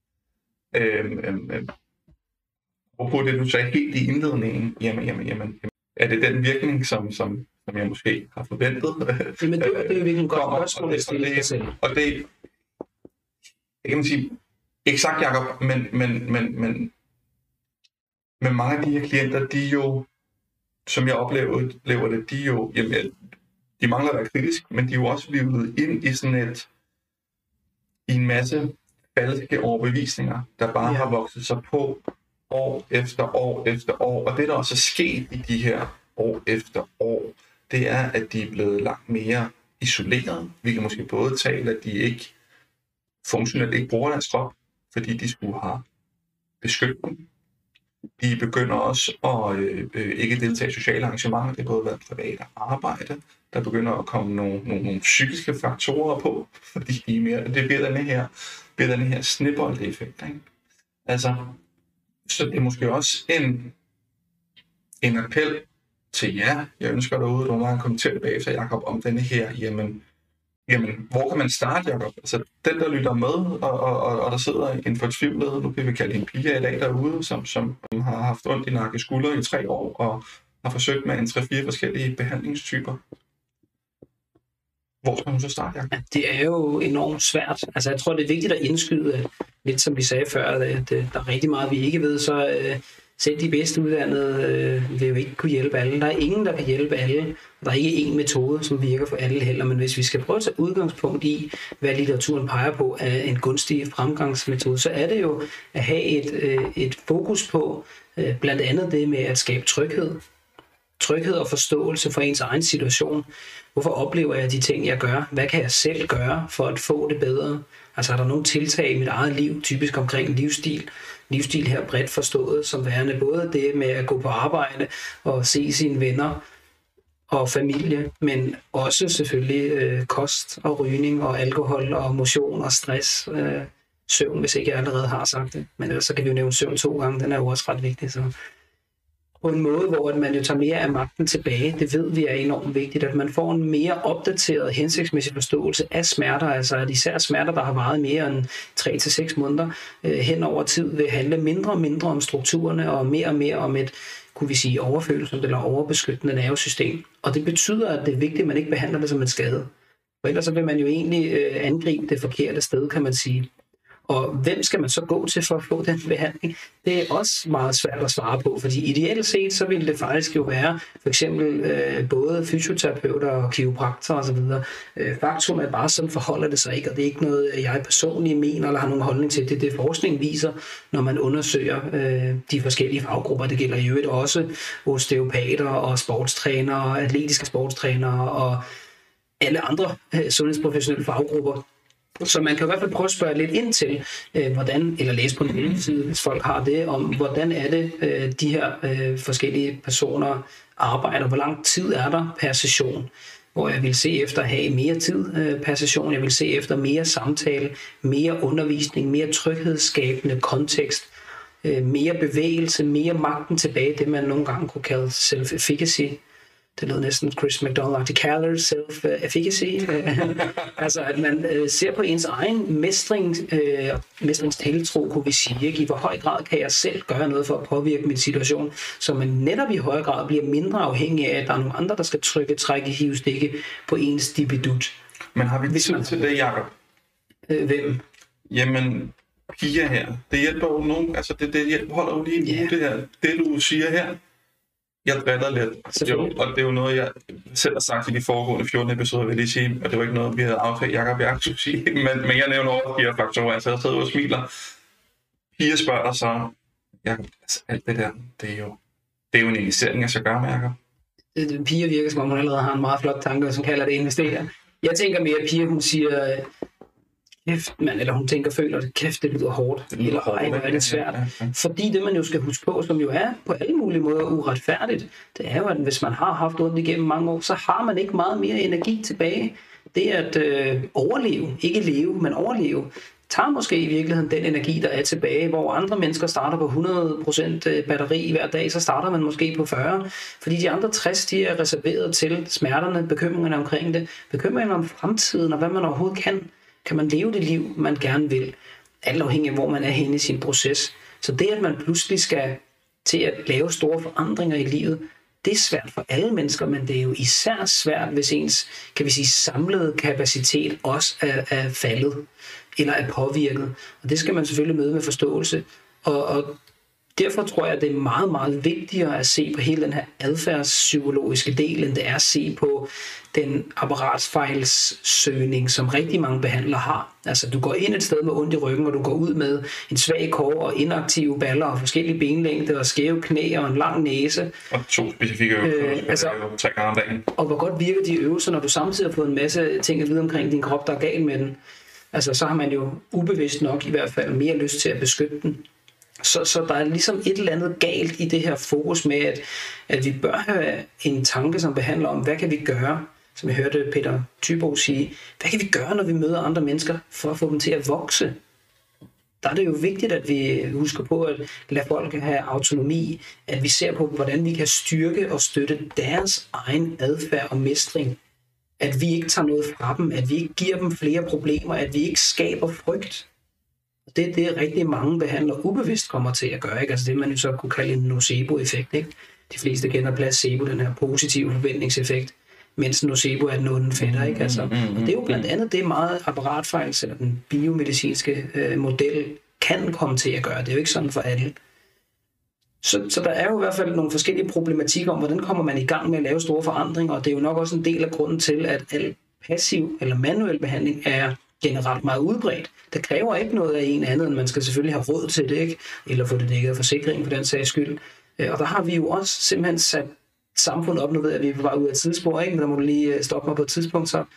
og på det, du sagde helt i indledningen, jamen, er det den virkning, som jeg måske har forventet? Jamen, det er jo virkelig et godt spørgsmål, at stille sig selv. Og det kan man sige, eksakt, Jacob, men mange af de her klienter, de jo, som jeg oplever det, de jo, jamen, de mangler at være kritisk, men de er jo også blevet ind i sådan i en masse falske overbevisninger, der bare har vokset sig på år efter år efter år. Og det, der også er sket i de her år efter år, det er, at de er blevet langt mere isoleret. Vi kan måske både tale, at de ikke funktionelt ikke bruger deres krop, fordi de skulle have beskyttet dem. De begynder også at ikke deltage i sociale arrangementer. Det har både været private arbejde. Der begynder at komme nogle psykiske faktorer på, fordi de er mere, det bliver den her snibbold-effekt. Ikke? Altså, så det er måske også en appel til jer. Jeg ønsker derude, at du må kommentere bagefter, Jacob, om denne her, jamen, hvor kan man starte, Jacob? Altså, den, der lytter med, og der sidder en fortvivlet, nu kan vi kalde en pige i dag derude, som har haft ondt i nakke skulder i 3 år, og har forsøgt med en 3-4 forskellige behandlingstyper. Hvor skal hun så starte, Jacob? Det er jo enormt svært. Altså, jeg tror, det er vigtigt at indskyde, at lidt som vi sagde før, at der er rigtig meget, vi ikke ved, så selv de bedst uddannede vil jo ikke kunne hjælpe alle. Der er ingen, der kan hjælpe alle. Der er ikke én metode, som virker for alle heller, men hvis vi skal prøve at tage udgangspunkt i, hvad litteraturen peger på af en gunstig fremgangsmetode, så er det jo at have et fokus på blandt andet det med at skabe tryghed. Tryghed og forståelse for ens egen situation. Hvorfor oplever jeg de ting, jeg gør? Hvad kan jeg selv gøre for at få det bedre? Altså er der nogle tiltag i mit eget liv, typisk omkring livsstil? Livsstil her bredt forstået, som værende både det med at gå på arbejde og se sine venner og familie, men også selvfølgelig kost og rygning og alkohol og motion og stress. Søvn, hvis ikke jeg allerede har sagt det. Men ellers så kan vi jo nævne søvn 2 gange, den er jo også ret vigtig. Så på en måde, hvor man jo tager mere af magten tilbage. Det ved vi er enormt vigtigt, at man får en mere opdateret, hensigtsmæssig forståelse af smerter, altså at især smerter, der har varet mere end 3 til 6 måneder hen over tid, vil handle mindre og mindre om strukturerne og mere om et, kunne vi sige, overfølsomt eller overbeskyttende nervesystem. Og det betyder, at det er vigtigt, at man ikke behandler det som en skade. For ellers så vil man jo egentlig angribe det forkerte sted, kan man sige. Og hvem skal man så gå til for at få den behandling? Det er også meget svært at svare på, fordi ideelt set, så ville det faktisk jo være for eksempel både fysioterapeuter og kiropraktorer osv. Faktum er bare, sådan forholder det sig ikke, og det er ikke noget, jeg personligt mener eller har nogen holdning til. Det forskning viser, når man undersøger de forskellige faggrupper. Det gælder i øvrigt også osteopater og sportstrænere, atletiske sportstrænere og alle andre sundhedsprofessionelle faggrupper. Så man kan i hvert fald prøve at spørge lidt ind til, hvordan, eller læse på en hjemmeside, hvis folk har det, om hvordan er det, de her forskellige personer arbejder, hvor lang tid er der per session, hvor jeg vil se efter at have mere tid per session, jeg vil se efter mere samtale, mere undervisning, mere tryghedsskabende kontekst, mere bevægelse, mere magten tilbage, det man nogle gange kunne kalde self-efficacy. det lød næsten Chris McDonald-agtig, Calorie Self-Efficacy. Altså, at man ser på ens egen mestringstiltro, kunne vi sige. Ikke? I hvor høj grad kan jeg selv gøre noget for at påvirke min situation, så man netop i højere grad bliver mindre afhængig af, at der er nogle andre, der skal trække hivstikke på ens dibidut. Men har vi tid til det, Jacob? Hvem? Jamen, piger her. Det hjælper jo nogen. Altså, det hjælper holder jo lige nu, det her. Det, du siger her. Jeg driller lidt. Jo, og det er jo noget, jeg selv har sagt i de foregående 14 episoder, vil jeg lige sige. Og det var ikke noget, vi havde aftalt, Jacob, jeg skulle sige. Men jeg nævner over 4 faktorer. Altså, jeg sidder og smiler. Piger spørger dig så, Jacob, altså, alt det der, det er jo en investering, jeg skal gøre med, Jacob. Piger virker, som om hun allerede har en meget flot tanke, som kalder det investere. Jeg tænker mere, at piger, hun siger, kæft, mand, eller hun føler det, kæft, det lyder hårdt, eller ej, hvor er det svært. Fordi det, man jo skal huske på, som jo er på alle mulige måder uretfærdigt, det er jo, at hvis man har haft ondt igennem mange år, så har man ikke meget mere energi tilbage. Det at overleve, ikke leve, men overleve, tager måske i virkeligheden den energi, der er tilbage, hvor andre mennesker starter på 100% batteri hver dag, så starter man måske på 40, fordi de andre 60, de er reserveret til smerterne, bekymringerne omkring det, bekymringerne om fremtiden og hvad man overhovedet kan. Kan man leve det liv, man gerne vil, alt afhængig af, hvor man er henne i sin proces. Så det, at man pludselig skal til at lave store forandringer i livet, det er svært for alle mennesker, men det er jo især svært, hvis ens, kan vi sige, samlede kapacitet også er faldet eller er påvirket. Og det skal man selvfølgelig møde med forståelse. Og derfor tror jeg, at det er meget, meget vigtigere at se på hele den her adfærdspsykologiske del, end det er at se på den apparatsfejlssøgning, som rigtig mange behandlere har. Altså, du går ind et sted med ondt i ryggen, og du går ud med en svag kår og inaktive baller og forskellige benlængder og skæve knæ og en lang næse. Og 2 specifikke øvelser, 3 gange om dagen. Og hvor godt virker de øvelser, når du samtidig har fået en masse ting at vide omkring din krop, der er galt med den. Altså, så har man jo ubevidst nok i hvert fald mere lyst til at beskytte den. Så der er ligesom et eller andet galt i det her fokus med, at vi bør have en tanke, som behandler om, hvad kan vi gøre, som jeg hørte Peter Thybo sige, hvad kan vi gøre, når vi møder andre mennesker, for at få dem til at vokse? Der er det jo vigtigt, at vi husker på at lade folk have autonomi, at vi ser på, hvordan vi kan styrke og støtte deres egen adfærd og mestring. At vi ikke tager noget fra dem, at vi ikke giver dem flere problemer, at vi ikke skaber frygt. Det er det, rigtig mange behandlere ubevidst kommer til at gøre. Ikke? Altså det, man jo så kunne kalde en nocebo-effekt. Ikke? De fleste kender placebo, den her positive forventningseffekt, mens nocebo er den onde fætter. Ikke? Altså, og det er jo blandt andet det meget apparatfejl, eller den biomedicinske model kan komme til at gøre. Det er jo ikke sådan for alle. Så der er jo i hvert fald nogle forskellige problematikker om, hvordan kommer man i gang med at lave store forandringer, og det er jo nok også en del af grunden til, at al passiv eller manuel behandling er generelt meget udbredt. Det kræver ikke noget af en andet, end man skal selvfølgelig have råd til det, ikke? Eller få det dækket af forsikring for den sags skyld. Og der har vi jo også simpelthen sat samfundet op, nu ved jeg, at vi er på vej ud af tidsspor, ikke? Men der må du lige stoppe mig på et tidspunkt, så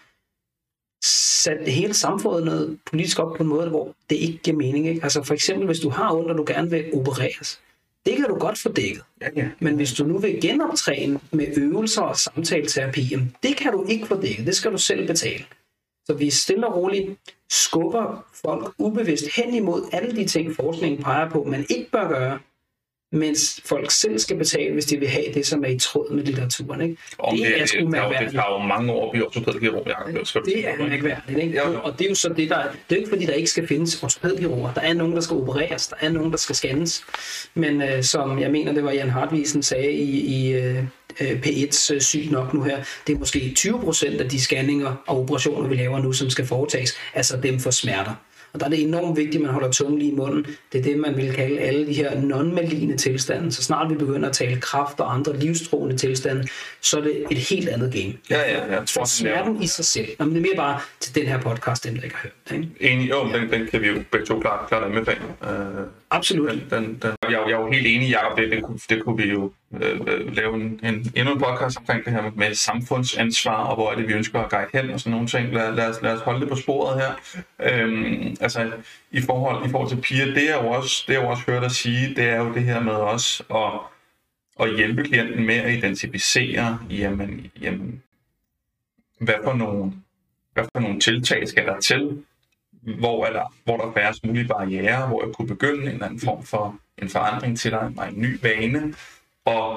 sat hele samfundet noget politisk op på en måde, hvor det ikke giver mening. Ikke? Altså for eksempel, hvis du har ondt, og du gerne vil opereres, det kan du godt få dækket. Ja. Men hvis du nu vil genoptræne med øvelser og samtaleterapi, det kan du ikke få dækket. Det skal du selv betale. Så vi stille og roligt skubber folk ubevidst hen imod alle de ting, forskningen peger på, man ikke bør gøre, mens folk selv skal betale, hvis de vil have det, som er i tråd med litteraturen. Ikke? Det er sgu mærkværdigt. Det tager jo mange år at blive ortopædkirurg. Det er mærkværdigt. Ikke? Og det er jo så det, der er. Det er ikke fordi, der ikke skal findes ortopædkirurger. Der er nogen, der skal opereres. Der er nogen, der skal scannes. Men som jeg mener, det var Jan Hartvigsen sagde i P1's sygt nok nu her, det er måske 20% af de scanninger og operationer, vi laver nu, som skal foretages, altså dem for smerter. Og der er det enormt vigtigt, at man holder tungen lige i munden. Det er det, man vil kalde alle de her non-maligne tilstande. Så snart vi begynder at tale kræft og andre livstruende tilstande, så er det et helt andet game. Ja. For smerten i sig selv. Nå, men det er mere bare til den her podcast, den der ikke har hørt. Ikke? Enig, jo, den kan vi jo begge to klart anbefale. Absolut. Jeg er jo helt enig, Jacob. Det kunne vi jo lave endnu en podcast omkring det her med samfundsansvar, og hvor er det, vi ønsker at guide hen og sådan nogle ting. Lad os holde det på sporet her. Altså, i forhold til piger, det er jo også hørt at sige, det er jo det her med også at hjælpe klienten med at identificere, jamen hvad for nogle tiltag skal der til, hvor der er færrest mulige barrierer, hvor jeg kunne begynde en eller anden form for en forandring til dig, en ny vane, og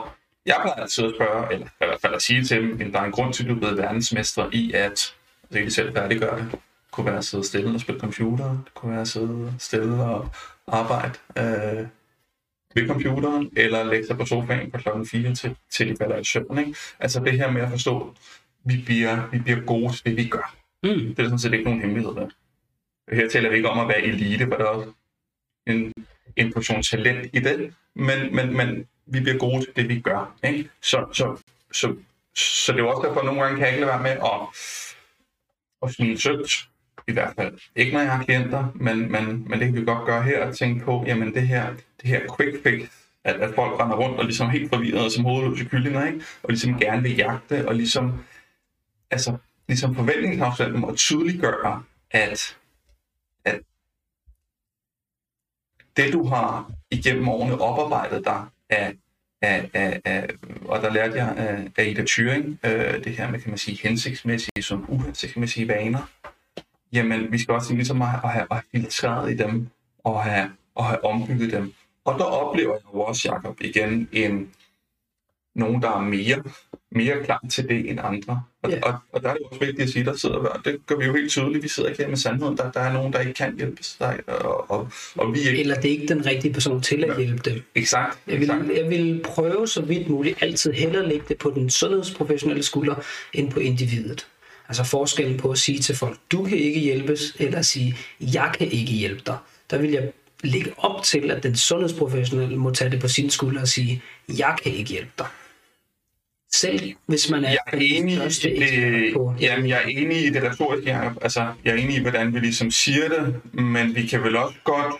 Jeg plejer altid at spørge, eller i hvert fald at sige til dem, at der er en grund til, at du er blevet verdensmester i at ikke selv færdiggøre det. Det kunne være at sidde stille og spille computer. Det kunne være at sidde stille og arbejde ved computeren, eller lægge sig på sofaen fra klokken 4 til de falder i søvn. Ikke? Altså det her med at forstå, at vi bliver gode til det, vi gør. Det er sådan set ikke nogen hemmelighed der. Her taler vi ikke om at være elite, for der er også en portion talent i det, men vi bliver gode til det, vi gør. Ikke? Så det er også derfor, at nogle gange kan jeg ikke lade være med at smile sødt, i hvert fald. Ikke når jeg har klienter, men det kan vi godt gøre her og tænke på, jamen det her quick fix, at folk render rundt og ligesom helt forvirret som hovedløse kyllinger, ikke? Og ligesom gerne vil jagte, og ligesom forventningsafstand må tydeliggøre, at det du har igennem årene oparbejdet dig og der lærte jeg af Ida Thyring, det her med, kan man sige, hensigtsmæssige som uhensigtsmæssige vaner. Jamen, vi skal også ligesom have filtreret i dem, og have ombygget dem. Og der oplever jeg jo også, Jacob, igen, nogen, der er mere klar til det end andre. Og der er det også vigtigt at sige, der sidder og det gør vi jo helt tydeligt. Vi sidder ikke her med sandheden. Der er nogen, der ikke kan hjælpe sig, og vi ikke... Eller det er ikke den rigtige person til at hjælpe dem. Exakt. Jeg vil prøve så vidt muligt altid hellere lægge det på den sundhedsprofessionelle skulder, end på individet. Altså forskellen på at sige til folk, du kan ikke hjælpes, eller at sige, jeg kan ikke hjælpe dig. Der vil jeg lægge op til, at den sundhedsprofessionelle må tage det på sin skulder og sige, jeg kan ikke hjælpe dig. Selv hvis man er... Jeg er enig i det retoriske. Altså, jeg er enig i, hvordan vi ligesom siger det, men vi kan vel også godt,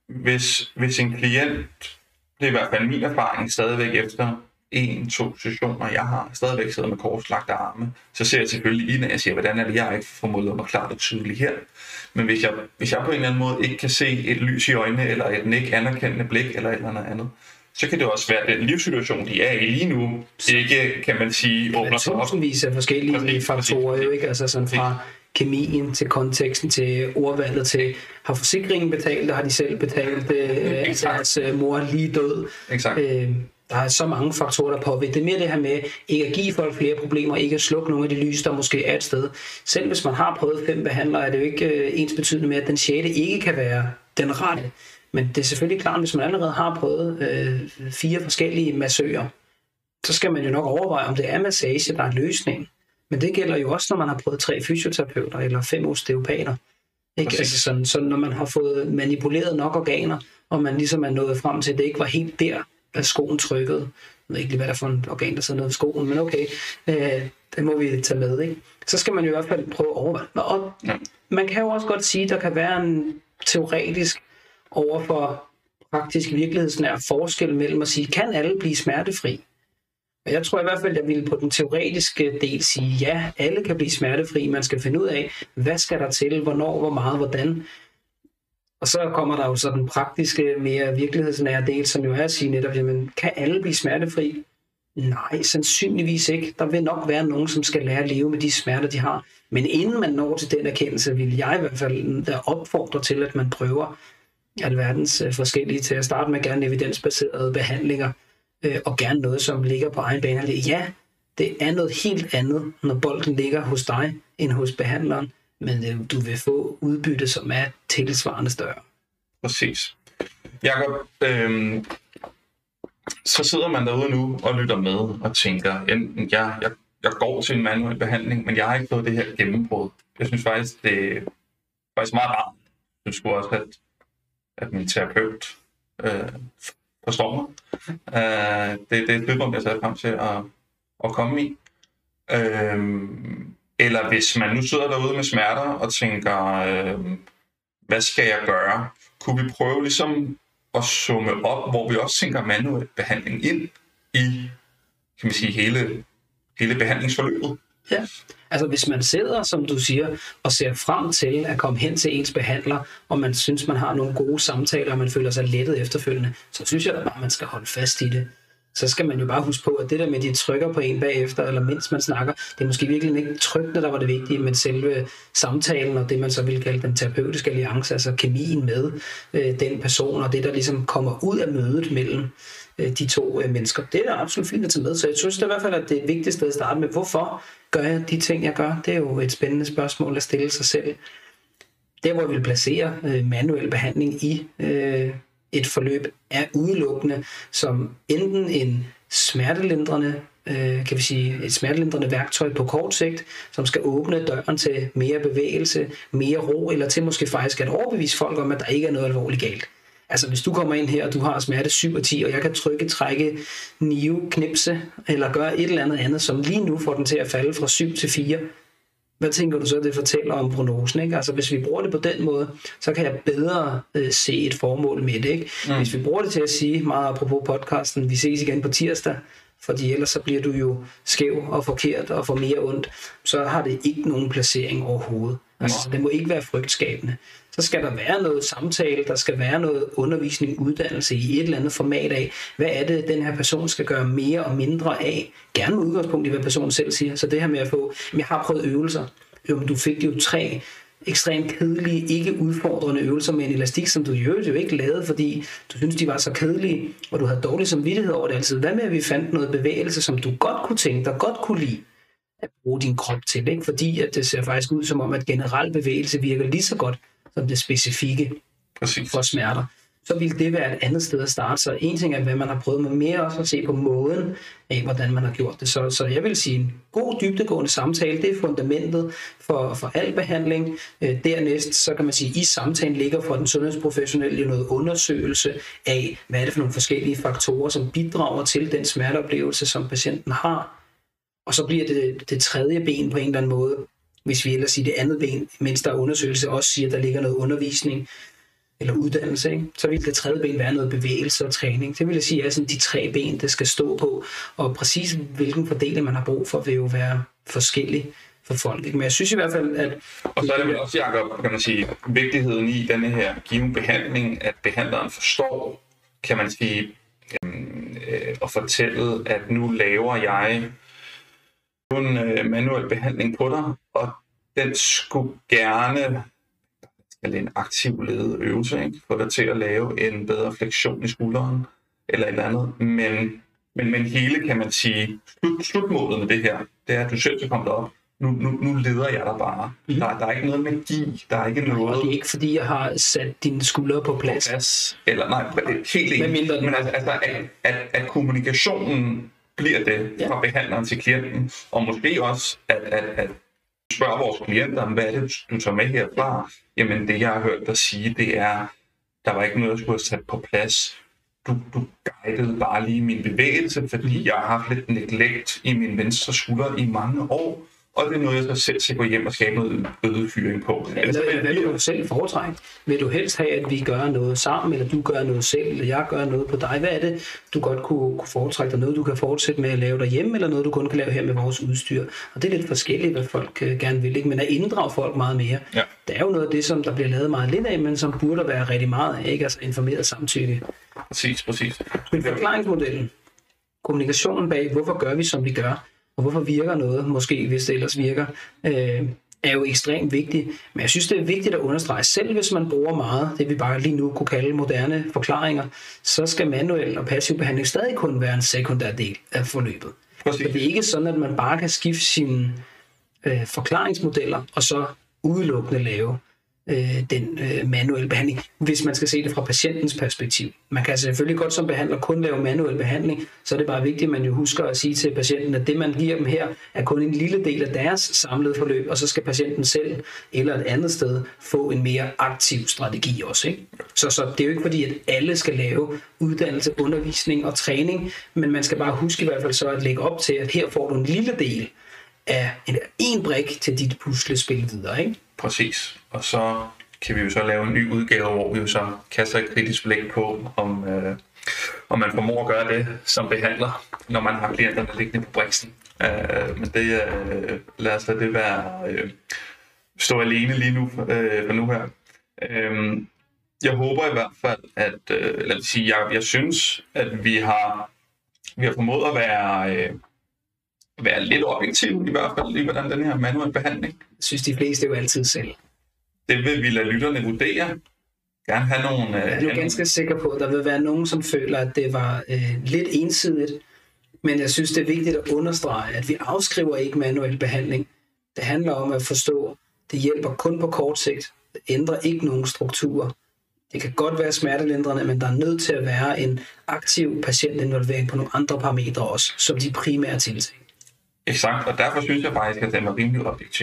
hvis en klient, det er i hvert fald min erfaring stadigvæk efter 1-2 sessioner, jeg har stadigvæk siddet med korslagte arme, så ser jeg selvfølgelig ind, og jeg siger, hvordan er det, jeg ikke formået mig klart og tydeligt her. Men hvis jeg på en eller anden måde ikke kan se et lys i øjnene, eller et ikke anerkendende blik, eller et eller andet, så kan det også være, at den livssituation, de er i lige nu, ikke, kan man sige, åbner sig op. Tusindvis af forskellige faktorer, jo ikke? Altså sådan fra kemien til konteksten til ordvalget til, har forsikringen betalt, og har de selv betalt, deres mor lige død. Der er så mange faktorer, der påvirker. Det er mere det her med ikke at give folk flere problemer, ikke at slukke nogle af de lys, der måske er et sted. Selv hvis man har prøvet 5 behandlere, er det jo ikke ens betydende med, at den 6. ikke kan være den rette. Men det er selvfølgelig klart, at hvis man allerede har prøvet 4 forskellige massører, så skal man jo nok overveje, om det er massage, der er en løsning. Men det gælder jo også, når man har prøvet 3 fysioterapeuter eller 5 osteopater. Ikke? Altså sådan, når man har fået manipuleret nok organer, og man ligesom er nået frem til, at det ikke var helt der, at skoen trykkede. Jeg ved ikke lige, hvad der er for en organ, der sidder nede ved skoen, men okay, det må vi tage med. Ikke? Så skal man jo i hvert fald prøve at overveje. Og man kan jo også godt sige, at der kan være en teoretisk overfor praktisk virkelighedsnær forskel mellem at sige, kan alle blive smertefri? Og jeg tror i hvert fald, at jeg ville på den teoretiske del sige, ja, alle kan blive smertefri. Man skal finde ud af, hvad skal der til, hvornår, hvor meget, hvordan. Og så kommer der jo så den praktiske, mere virkelighedsnære del, som jo er at sige netop, jamen, kan alle blive smertefri? Nej, sandsynligvis ikke. Der vil nok være nogen, som skal lære at leve med de smerter, de har. Men inden man når til den erkendelse, vil jeg i hvert fald opfordre til, at man prøver alverdens forskellige, til at starte med gerne evidensbaserede behandlinger, og gerne noget, som ligger på egen bane. Ja, det er noget helt andet, når bolden ligger hos dig, end hos behandleren, men du vil få udbytte, som er tilsvarende større. Præcis. Jacob, så sidder man derude nu og lytter med og tænker, enten jeg går til en manuel behandling, men jeg har ikke fået det her gennembrud. Jeg synes faktisk, det er faktisk meget rart. Jeg synes også, at min terapeut forstår mig. Det er et lydpunkt, jeg tager frem til at komme i. Eller hvis man nu sidder derude med smerter og tænker, hvad skal jeg gøre? Kunne vi prøve ligesom at summe op, hvor vi også tænker manuel behandling ind i, kan man sige, hele behandlingsforløbet? Ja, altså hvis man sidder, som du siger, og ser frem til at komme hen til ens behandler, og man synes, man har nogle gode samtaler, og man føler sig lettet efterfølgende, så synes jeg da bare, man skal holde fast i det. Så skal man jo bare huske på, at det der med, at de trykker på en bagefter, eller mens man snakker, det er måske virkelig ikke trykkene, der var det vigtige, men selve samtalen, og det man så vil kalde den terapeutiske alliance, altså kemien med den person, og det der ligesom kommer ud af mødet mellem de to mennesker. Det er absolut fint at tage med, så jeg synes det er i hvert fald, at det er vigtigt sted at starte med. Hvorfor gør jeg de ting, jeg gør? Det er jo et spændende spørgsmål at stille sig selv. Der, hvor vi vil placere manuel behandling i et forløb, er udelukkende som enten en smertelindrende, kan vi sige, et smertelindrende værktøj på kort sigt, som skal åbne døren til mere bevægelse, mere ro, eller til måske faktisk at overbevise folk om, at der ikke er noget alvorligt galt. Altså hvis du kommer ind her, og du har smerte 7 og 10, og jeg kan trække nive, knipse, eller gøre et eller andet, som lige nu får den til at falde fra 7 til 4, hvad tænker du så, det fortæller om prognosen? Ikke? Altså hvis vi bruger det på den måde, så kan jeg bedre se et formål med det. Ikke? Hvis vi bruger det til at sige, meget apropos podcasten, vi ses igen på tirsdag, fordi ellers så bliver du jo skæv og forkert og får mere ondt, så har det ikke nogen placering overhovedet. Altså det må ikke være frygtskabende. Så skal der være noget samtale, der skal være noget undervisning, uddannelse i et eller andet format af, hvad er det, den her person skal gøre mere og mindre af, gerne med udgangspunkt i, hvad personen selv siger. Så det her med at få, jeg har prøvet øvelser, du fik jo 3 ekstremt kedelige, ikke udfordrende øvelser med en elastik, som du jo ikke lavede, fordi du synes de var så kedelige, og du havde dårlig samvittighed over det altid. Hvad med, at vi fandt noget bevægelse, som du godt kunne tænke dig, godt kunne lide at bruge din krop til, ikke? Fordi at det ser faktisk ud som om, at generel bevægelse virker lige så godt som det specifikke for smerter. Så vil det være et andet sted at starte. Så en ting er, hvad man har prøvet, men mere også at se på måden af, hvordan man har gjort det. Så jeg vil sige, en god dybdegående samtale, det er fundamentet for al behandling. Dernæst, så kan man sige, i samtalen ligger for den sundhedsprofessionelle noget undersøgelse af, hvad er det for nogle forskellige faktorer, som bidrager til den smerteoplevelse, som patienten har. Og så bliver det tredje ben på en eller anden måde, hvis vi ellers siger det andet ben, mens der er undersøgelse, også siger, at der ligger noget undervisning eller uddannelse, ikke? Så vil det tredje ben være noget bevægelse og træning. Det vil jeg sige, at de 3 ben, det skal stå på, og præcis hvilken fordeling man har brug for, vil jo være forskellig for folk. Ikke? Men jeg synes i hvert fald, at... Og så er det vel også, Jacob, kan man sige, vigtigheden i denne her given behandling, at behandleren forstår, kan man sige, og fortælle, at nu laver jeg en manuel behandling på dig, og den skulle gerne eller en aktiv ledet øvelse, ikke? Få dig til at lave en bedre fleksion i skulderen, eller et eller andet. Men hele, kan man sige, slutmålet med det her, det er, at du selv skal komme derop. Nu leder jeg dig bare. Der er ikke noget magi, der er ikke noget... Og det er ikke, fordi jeg har sat dine skuldre på plads. Eller nej, helt enkelt. Men altså, at kommunikationen bliver det fra behandleren til klienten, og måske også, at spørger vores klienter, hvad er det, du tager med herfra? Jamen, det jeg har hørt dig sige, det er, der var ikke noget, jeg skulle have sat på plads. Du guidede bare lige min bevægelse, fordi jeg har haft lidt neglect i min venstre skulder i mange år, og det er noget, jeg så selv skal gå hjem og skabe noget bødefyring på. Hvad vil du selv foretrække? Vil du helst have, at vi gør noget sammen, eller du gør noget selv, eller jeg gør noget på dig? Hvad er det, du godt kunne foretrække dig? Noget, du kan fortsætte med at lave derhjemme, eller noget, du kun kan lave her med vores udstyr? Og det er lidt forskelligt, hvad folk gerne vil, ikke? Men at inddrage folk meget mere. Ja. Det er jo noget af det, som der bliver lavet meget lidt af, men som burde være rigtig meget af, ikke? Altså informeret samtykke. Præcis. Men forklaringsmodellen, kommunikationen bag, hvorfor gør vi, som vi gør, og hvorfor virker noget, måske hvis det ellers virker, er jo ekstremt vigtigt. Men jeg synes, det er vigtigt at understrege, selv hvis man bruger meget, det vi bare lige nu kunne kalde moderne forklaringer, så skal manuel og passiv behandling stadig kun være en sekundær del af forløbet. For det er ikke sådan, at man bare kan skifte sine forklaringsmodeller, og så udelukkende lave den manuelle behandling, hvis man skal se det fra patientens perspektiv. Man kan selvfølgelig godt som behandler kun lave manuel behandling, så er det bare vigtigt, at man jo husker at sige til patienten, at det man giver dem her, er kun en lille del af deres samlede forløb, og så skal patienten selv eller et andet sted få en mere aktiv strategi også. Ikke? Så det er jo ikke fordi, at alle skal lave uddannelse, undervisning og træning, men man skal bare huske i hvert fald så at lægge op til, at her får du en lille del af en brik til dit puslespil videre, ikke? Præcis. Og så kan vi jo så lave en ny udgave, hvor vi jo så kaster et kritisk blik på, om man formår at gøre det som behandler, når man har klienterne liggende på briksen. Men det lad os lade det være stå alene lige nu for nu her. Jeg håber i hvert fald, at lad os sige, jeg synes, at vi har formået at være lidt objektiv i hvert fald i hvordan den her manuel behandling. Jeg synes, de fleste jo altid selv. Det vil vi lade lytterne vurdere. gerne have nogle... Jeg er ganske sikker på, at der vil være nogen, som føler, at det var lidt ensidigt. Men jeg synes, det er vigtigt at understrege, at vi afskriver ikke manuel behandling. Det handler om at forstå, det hjælper kun på kort sigt. Det ændrer ikke nogen strukturer. Det kan godt være smertelindrende, men der er nødt til at være en aktiv patientinvolvering på nogle andre parametre også, som de primære tiltag. Exakt, og derfor synes jeg faktisk, at den er rimelig objektiv.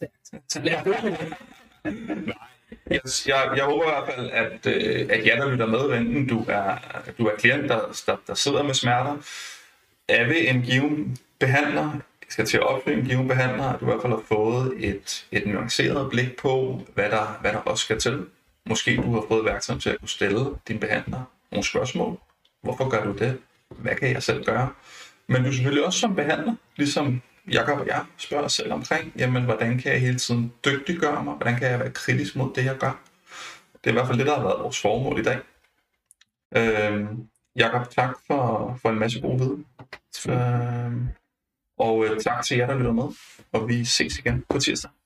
Jeg håber i hvert fald, at jer, der lytter med, enten du er klient, der sidder med smerter, er ved en given behandler, skal til at opsøge en given behandler, at du i hvert fald har fået et nuanceret blik på, hvad der også skal til. Måske du har fået værktøj til at kunne stille din behandler nogle spørgsmål. Hvorfor gør du det? Hvad kan jeg selv gøre? Men du selvfølgelig også som behandler, ligesom Jakob og jeg spørger os selv omkring, jamen hvordan kan jeg hele tiden dygtiggøre mig? Hvordan kan jeg være kritisk mod det, jeg gør? Det er i hvert fald det, der har været vores formål i dag. Jakob, tak for en masse god viden. Og tak til jer, der lytter med. Og vi ses igen på tirsdag.